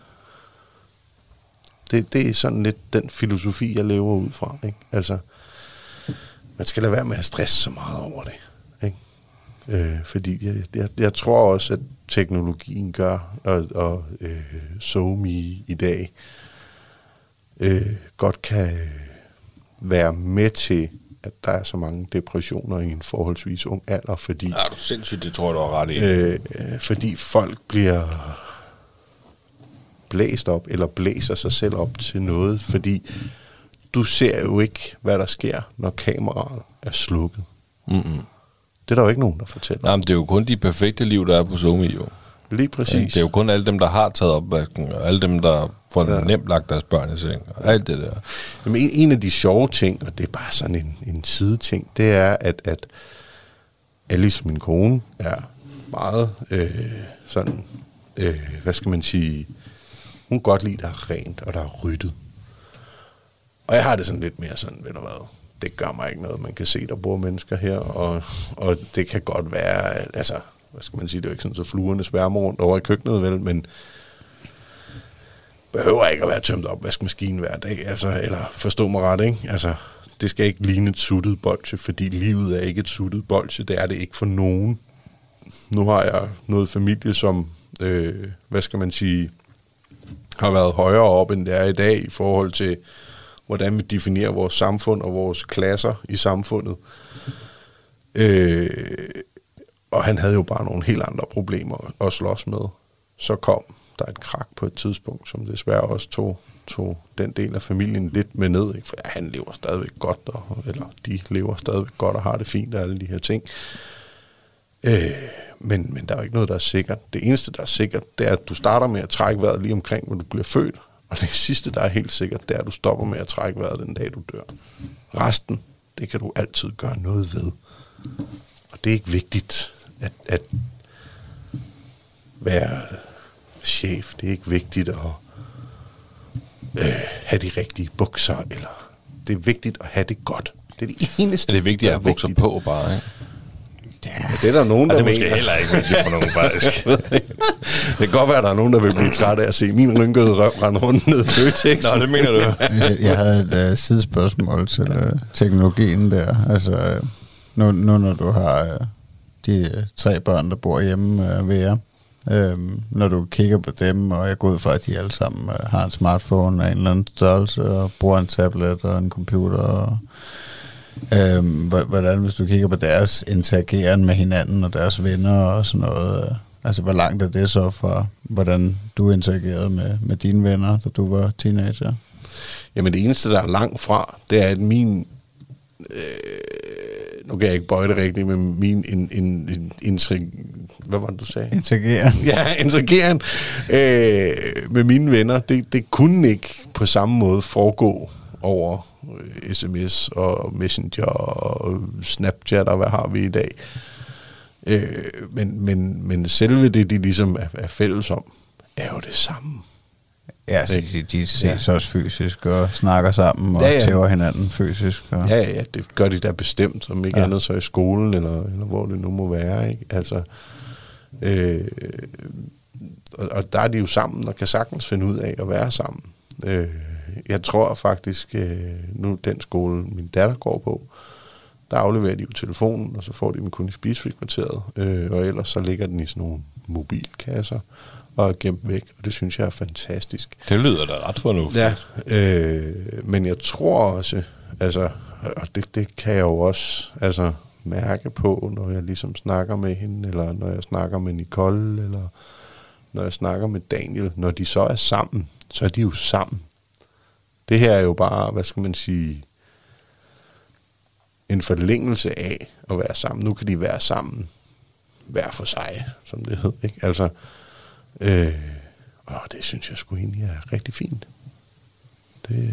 Det, det er sådan lidt den filosofi, jeg lever ud fra, ikke? Altså, man skal lade være med at stresse så meget over det, ikke? Øh, fordi jeg, jeg, jeg tror også, at teknologien gør, og, og øh, SoMe i dag, øh, godt kan være med til, at der er så mange depressioner i en forholdsvis ung alder, fordi... Ja, du er sindssygt, det tror jeg, du har ret i. Øh, fordi folk bliver blæst op, eller blæser sig selv op til noget, fordi du ser jo ikke, hvad der sker, når kameraet er slukket. Mm-mm. Det er der jo ikke nogen, der fortæller. Nej, men det er jo kun de perfekte liv, der er på SoMe, jo. Lige præcis. Det er jo kun alle dem, der har taget opvasken, og alle dem, der får ja. nemt lagt deres børn i seng, og alt det der. Jamen, en, en af de sjove ting, og det er bare sådan en, en sideting, det er, at, at Alice, min kone, er meget øh, sådan, øh, hvad skal man sige, hun kan godt lide, der er rent, og der er ryddet. Og jeg har det sådan lidt mere sådan, ved du hvad, det gør mig ikke noget. Man kan se, der bor mennesker her, og, og det kan godt være, altså, hvad skal man sige, det er jo ikke sådan, så fluerne sværmer rundt over i køkkenet, vel, men behøver ikke at være tømt op vaskemaskinen hver dag, altså, eller forstå mig ret, ikke? Altså, det skal ikke ligne et suttet bolsje, fordi livet er ikke et suttet bolsje, det er det ikke for nogen. Nu har jeg noget familie, som, øh, hvad skal man sige, har været højere op, end det er i dag, i forhold til, hvordan vi definerer vores samfund og vores klasser i samfundet. Øh, og han havde jo bare nogle helt andre problemer at slås med. Så kom der et krak på et tidspunkt, som desværre også tog, tog den del af familien lidt med ned. Ikke? For ja, han lever stadigvæk godt, og, eller de lever stadigvæk godt og har det fint og alle de her ting. Øh, men, men der er jo ikke noget, der er sikkert. Det eneste, der er sikkert, det er, at du starter med at trække vejret lige omkring, hvor du bliver født. Og det sidste, der er helt sikkert, det er, at du stopper med at trække vejret den dag, du dør. Resten, det kan du altid gøre noget ved. Og det er ikke vigtigt at, at være chef. Det er ikke vigtigt at øh, have de rigtige bukser. Eller det er vigtigt at have det godt. Det er det eneste, er det vigtigt at have bukser på bare, ikke? Ja, det er der nogen, der det er måske mener. Heller ikke vigtigt for nogen, faktisk. Det kan godt være, at der er nogen, der vil blive træt af at se min rynkede røv rende rundt ned i Føtex. Nå, det mener du. Jeg havde et uh, sidespørgsmål til uh, teknologien der. Altså, uh, nu, nu når du har uh, de uh, tre børn, der bor hjemme uh, ved jer, uh, når du kigger på dem, og jeg går ud fra, at de alle sammen uh, har en smartphone af en eller anden størrelse, og bruger en tablet og en computer, og Øhm, hvordan, hvis du kigger på deres interageren med hinanden og deres venner og sådan noget, øh, altså hvor langt er det så fra, hvordan du interagerede med, med dine venner, da du var teenager? Jamen det eneste, der er langt fra, det er, at min, øh, nu kan jeg ikke bøje det rigtigt, men min in, in, in, intrig, hvad var det, du sagde? Interageren. Ja, interageren øh, med mine venner, det, det kunne ikke på samme måde foregå over sms og Messenger og Snapchat og hvad har vi i dag. Øh, men, men, men selve det, de ligesom er, er fælles om, er jo det samme. Ja, så de, de ses ja. også fysisk og snakker sammen og ja, ja. tæver hinanden fysisk. Og... Ja, ja, det gør de da bestemt, som ikke ja. andet så i skolen, eller, eller hvor det nu må være. Ikke? Altså, øh, og, og der er de jo sammen og kan sagtens finde ud af at være sammen. Øh, jeg tror faktisk, øh, nu den skole, min datter går på, der afleverer de jo telefonen, og så får de den kun i spisefrikvarteret, øh, og ellers så ligger den i sådan nogle mobilkasser, og er gemt væk, og det synes jeg er fantastisk. Det lyder da ret fornuftigt. Ja, øh, men jeg tror også, altså, og det, det kan jeg jo også altså, mærke på, når jeg ligesom snakker med hende, eller når jeg snakker med Nicole, eller når jeg snakker med Daniel, når de så er sammen, så er de jo sammen. Det her er jo bare, hvad skal man sige, en forlængelse af at være sammen. Nu kan de være sammen hver for sig, som det hedder, ikke? Altså, øh, åh, det synes jeg sgu egentlig er rigtig fint. Det,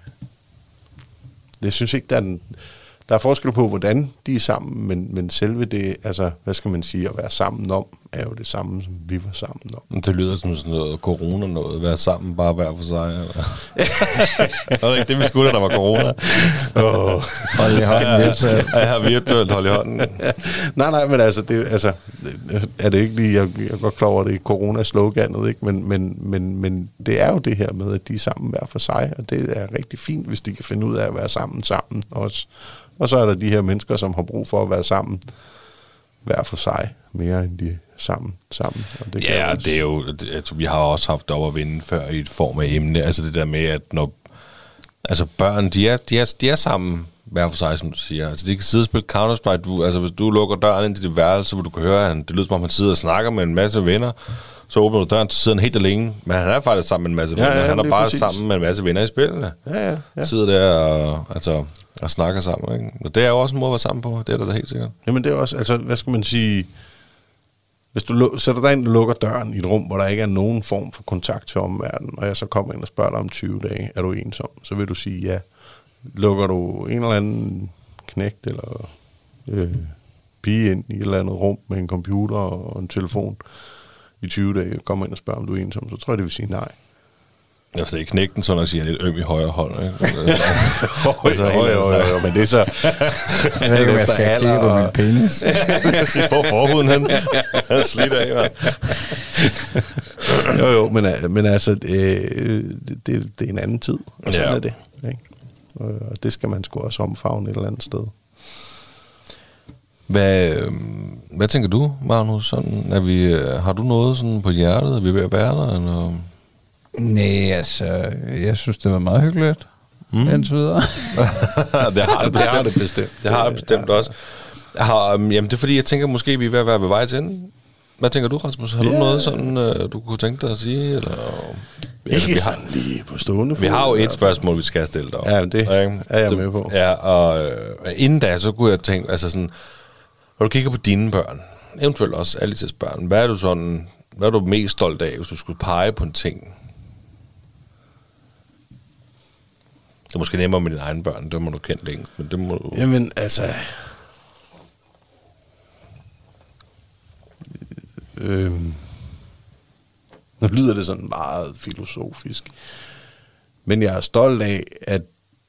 det synes ikke, der er, en, der er forskel på, hvordan de er sammen, men, men selve det, altså, hvad skal man sige, at være sammen om, er jo det samme, som vi var sammen om. Det lyder som sådan noget corona noget, være sammen bare hver for sig. Var det ikke det, vi skulle, da der var corona? Oh. Hold i hånden virtuelt. Jeg har virtuelt hold i hånden. nej, nej, men altså, det, altså, er det ikke lige, jeg, jeg er godt klar over, det er corona-sloganet, ikke? Men, men, men, men det er jo det her med, at de er sammen hver for sig, og det er rigtig fint, hvis de kan finde ud af at være sammen sammen også. Og så er der de her mennesker, som har brug for at være sammen hver for sig, mere end de sammen. sammen. Og det ja, det er jo, det, altså, vi har også haft op at vinde før i et form af emne, altså det der med, at når altså børn, de er, de er, de er sammen hver for sig, som du siger. Altså de kan sidde og spille Counter-Strike, du, altså hvis du lukker døren ind til dit værelse, hvor du kan høre, at det lyder som om han sidder og snakker med en masse venner, så åbner du døren, så sidder han helt alene, men han er faktisk sammen med en masse ja, venner, ja, han er bare præcis. sammen med en masse venner i spillene. Ja, ja, ja. Sidder der og, altså, og snakker sammen, ikke? Og det er jo også en måde at være sammen på, det er der da helt sikkert. Jamen det er også, altså hvad skal man sige, hvis du sætter dig ind og lukker døren i et rum, hvor der ikke er nogen form for kontakt til omverdenen, og jeg så kommer ind og spørger dig om tyve dage, er du ensom? Så vil du sige ja. Lukker du en eller anden knægt eller øh, pige ind i et eller andet rum med en computer og en telefon i tyve dage, og kommer ind og spørger, om du er ensom, så tror jeg, det vil sige nej. Ja, for det er knægten, så når jeg siger lidt øm i højre hånd, ikke? Høj, høj, høj, men det er så... Jeg ved ikke, om jeg skal kigge på min penis. Jeg siger, hvor forhuden han er slidt af, man. Jo, jo, men, men altså, det, det, det er en anden tid, og sådan ja. er det, ikke? Og det skal man sgu også omfavne et eller andet sted. Hvad, hvad tænker du, Magnus? Sådan, er vi, har du noget sådan på hjertet? Er vi ved at være der, eller... Nej, altså, jeg synes, det var meget hyggeligt. Mm. Indtil videre. det har det, det, har det bestemt. Det har det bestemt ja. også. Har, um, jamen, det er fordi, jeg tænker, måske vi er ved at være ved vej til enden. Hvad tænker du, Rasmus? Har ja. du noget sådan, uh, du kunne tænke dig at sige? Eller? Ikke altså, vi har, sådan lige på stående. Vi har jo et spørgsmål, vi skal stille dig. Ja, det er jeg med på. Ja, og uh, inden da, så kunne jeg tænke, altså sådan, når du kigger på dine børn, eventuelt også Alices børn, hvad er du sådan, hvad er du mest stolt af, hvis du skulle pege på en ting? Det er måske nemmere med dine egne børn, det må du kende længst, men det må du... Jamen, altså... Øhm, nu lyder det sådan meget filosofisk, men jeg er stolt af, at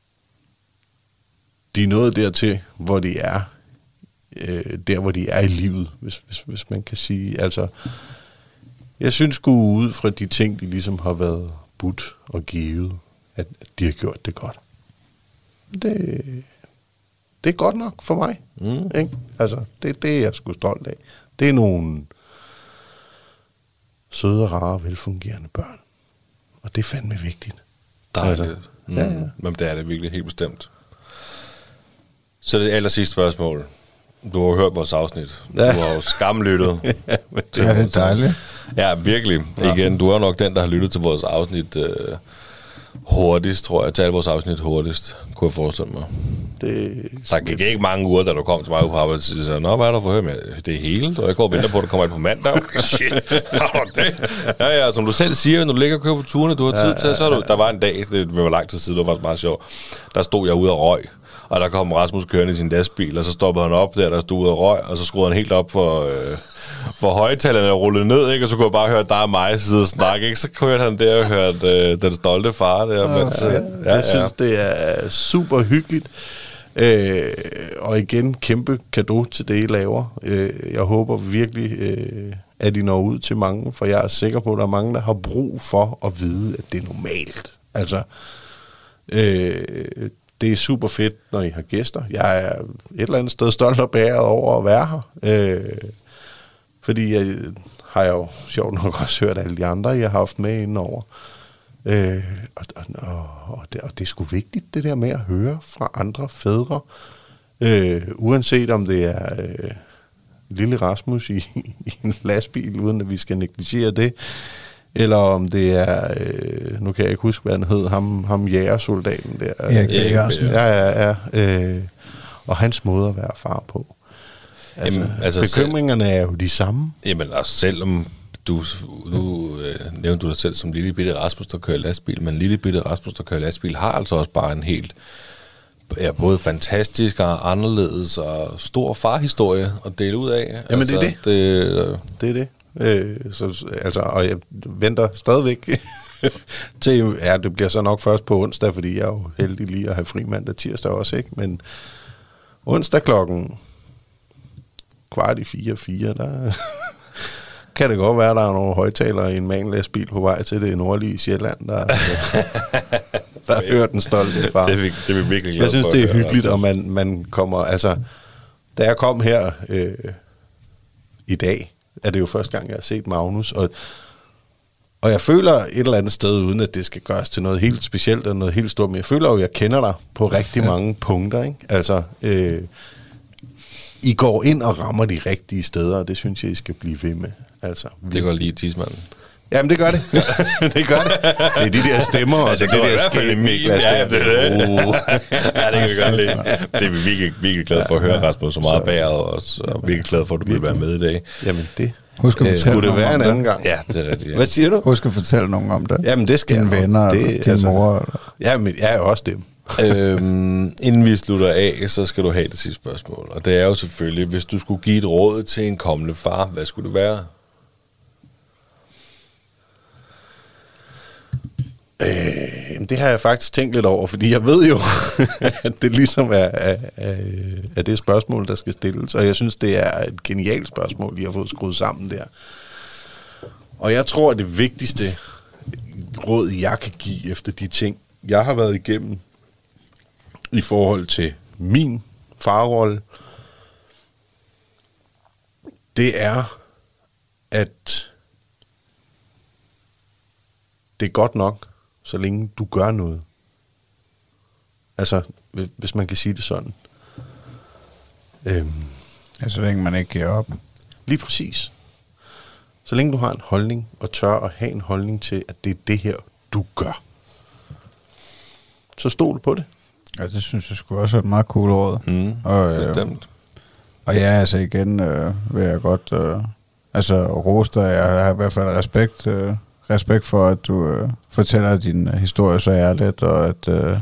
de er nået dertil, hvor de er, øh, der hvor de er i livet, hvis, hvis, hvis man kan sige. Altså, jeg synes sgu ud fra de ting, de ligesom har været budt og givet, at de har gjort det godt. Det, det er godt nok for mig. Mm. Ikke? Altså, det, det er jeg sgu stolt af. Det er nogle søde, rare, velfungerende børn. Og det er fandme vigtigt. Dejligt. Altså, mm. ja, ja. Men det er det virkelig helt bestemt. Så det aller sidste spørgsmål. Du har hørt vores afsnit. Ja. Du har jo skamlyttet. ja, det er det dejligt. Ja, virkelig. Ja. Igen, du er nok den, der har lyttet til vores afsnit øh, hurtigst, tror jeg. Til alle vores afsnit hurtigst, kunne jeg forestille mig. Det der gik ikke mange uger, da du kom til mig på arbejde, og sagde, nå, hvad er der for at høre med? Det er hele, og jeg går og venter på, at du kommer ind på mandag. Shit, har du det? Ja, ja, som du selv siger, når du ligger og kører på turene, du har tid til, så er du, der var en dag, det var lang tid siden, det var faktisk meget sjovt, der stod jeg ude og røg, Og der kom Rasmus kørende i sin lastbil, og så stoppede han op der, der stod ud og røg, og så skruede han helt op for, øh, for højtalerne og rullede ned, ikke? Og så kunne jeg bare høre dig og mig sidde og snakke, ikke? Så kørte han der og hørte øh, den stolte far der. Ja, mens, ja, ja. Ja, jeg synes, ja. det er super hyggeligt. Øh, og igen, kæmpe cadeau til det, I laver. Øh, jeg håber virkelig, øh, at I når ud til mange, for jeg er sikker på, at der er mange, der har brug for at vide, at det er normalt. Altså, øh, det er super fedt, når I har gæster. Jeg er et eller andet sted stolt og bæret over at være her. Øh, fordi jeg har jeg jo sjovt nok også hørt alle de andre, jeg har haft med indenover. Øh, og, og, og, det, og det er sgu vigtigt, det der med at høre fra andre fædre. Øh, uanset om det er øh, lille Rasmus i, i en lastbil, uden at vi skal negligere det, eller om det er, øh, nu kan jeg ikke huske, hvad han hed, ham, ham jægersoldaten der. Erik Jægersen. Ja, ja, ja. Øh, og hans måde at være far på. Altså, jamen, altså bekymringerne selv, er jo de samme. Jamen, altså selvom du, nu øh, nævnte du dig selv som lille bitte Rasmus, der kører lastbil, men lille bitte Rasmus, der kører lastbil, har altså også bare en helt, ja, både fantastisk og anderledes og stor farhistorie at dele ud af. Jamen, altså, det er det. Det, øh, det er det. Øh, så, altså, og jeg venter stadigvæk til, ja, det bliver så nok først på onsdag, fordi jeg er jo heldig lige at have fri mandag tirsdag også, ikke? Men onsdag klokken kvart i fire, fire, der kan det godt være, der er nogle højtalere i en manlastbil på vej til det nordlige Sjælland, der, der hører den stolte far. Det er vi, det er vi virkelig glade Jeg synes, for, det er hyggeligt, og man, man kommer, altså, da jeg kom her øh, i dag, er det jo første gang, jeg har set Magnus, og, og jeg føler et eller andet sted, uden at det skal gøres til noget helt specielt, og noget helt stort, men jeg føler jo, at jeg kender dig på rigtig mange punkter, ikke? Altså, øh, I går ind og rammer de rigtige steder, og det synes jeg, I skal blive ved med. Altså, det går lige i tidsmanden. Jamen, det gør det. det gør det. Det er de der stemmer, og altså, det, det der skæb, Niklas. Ja, det er det. Uh. Ja, det kan vi godt lide. Det er vi virkelig, virkelig glade for at høre, Rasmus, så meget bæret, og, og virkelig glade for, at du vil være med i dag. Jamen, det Husk at fortælle skulle det være en anden det. gang. Ja, det er rigtigt. Ja. Hvad siger du? Husk at fortælle nogen om det. Jamen, det skal dine jeg. venner, det, din altså, mor. Eller? Jamen, jeg er også dem. øhm, inden vi slutter af, så skal du have det sidste spørgsmål. Og det er jo selvfølgelig, hvis du skulle give et råd til en kommende far, hvad skulle det være? Øh, det har jeg faktisk tænkt lidt over, fordi jeg ved jo, at det ligesom er, er, er, er det spørgsmål, der skal stilles. Og jeg synes, det er et genialt spørgsmål, I har fået skruet sammen der. Og jeg tror, at det vigtigste råd, jeg kan give efter de ting, jeg har været igennem i forhold til min farrolle, det er, at det er godt nok, så længe du gør noget. Altså, hvis man kan sige det sådan. Øhm, ja, så længe man ikke giver op. Lige præcis. Så længe du har en holdning, og tør at have en holdning til, at det er det her, du gør. Så stol på det. Ja, det synes jeg sgu også er et meget cool råd. Mm, og, øh, bestemt. Og ja, altså igen øh, vil jeg godt øh, altså rose dig. Jeg har i hvert fald respekt, øh, respekt for, at du øh, fortæller din historie så ærligt, og at, øh,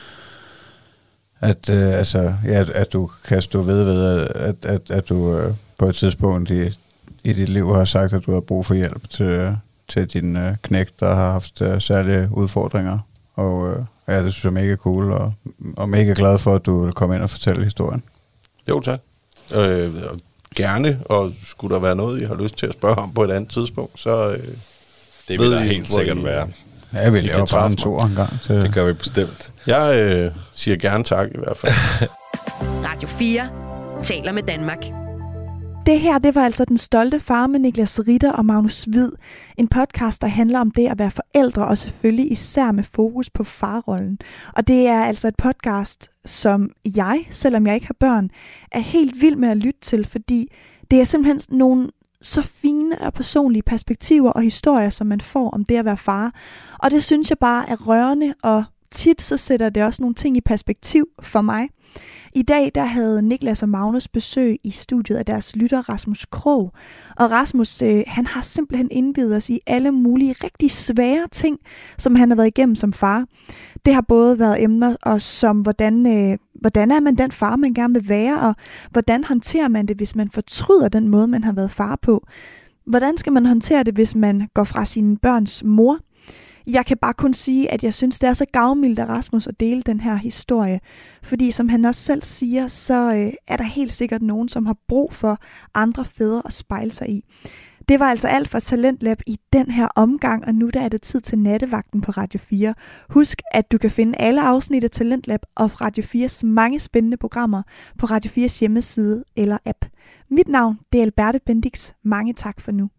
at, øh, altså, ja, at du kan stå ved ved, at, at, at du øh, på et tidspunkt i, i dit liv har sagt, at du har brug for hjælp til, til din øh, knægt, der har haft øh, særlige udfordringer. Og øh, ja, det synes jeg er mega cool, og, og mega glad for, at du vil komme ind og fortælle historien. Jo, tak. Øh, gerne, og skulle der være noget, I har lyst til at spørge om på et andet tidspunkt, så øh, det vil der helt sikkert I, være. Ja, jeg vil lave bare en to en gang. Til. Det gør vi bestemt. Jeg øh, siger gerne tak i hvert fald. Radio fire taler med Danmark. Det her, det var altså Den Stolte Far med Niklas Ritter og Magnus Hvid. En podcast, der handler om det at være forældre, og selvfølgelig især med fokus på farrollen. Og det er altså et podcast, som jeg, selvom jeg ikke har børn, er helt vild med at lytte til, fordi det er simpelthen nogle så fine og personlige perspektiver og historier, som man får om det at være far. Og det synes jeg bare er rørende, og tit så sætter det også nogle ting i perspektiv for mig. I dag der havde Niklas og Magnus besøg i studiet af deres lytter Rasmus Krog. Og Rasmus øh, han har simpelthen indvidet os i alle mulige rigtig svære ting, som han har været igennem som far. Det har både været emner og som hvordan øh, hvordan er man den far, man gerne vil være, og hvordan håndterer man det, hvis man fortryder den måde, man har været far på? Hvordan skal man håndtere det, hvis man går fra sine børns mor? Jeg kan bare kun sige, at jeg synes, det er så gavmildt af Rasmus at dele den her historie. Fordi som han også selv siger, så øh, er der helt sikkert nogen, som har brug for andre fædre at spejle sig i. Det var altså alt for Talentlab i den her omgang, og nu der er det tid til nattevagten på Radio fire. Husk, at du kan finde alle afsnit af Talentlab og Radio fires mange spændende programmer på Radio fires hjemmeside eller app. Mit navn det er Alberte Bendix. Mange tak for nu.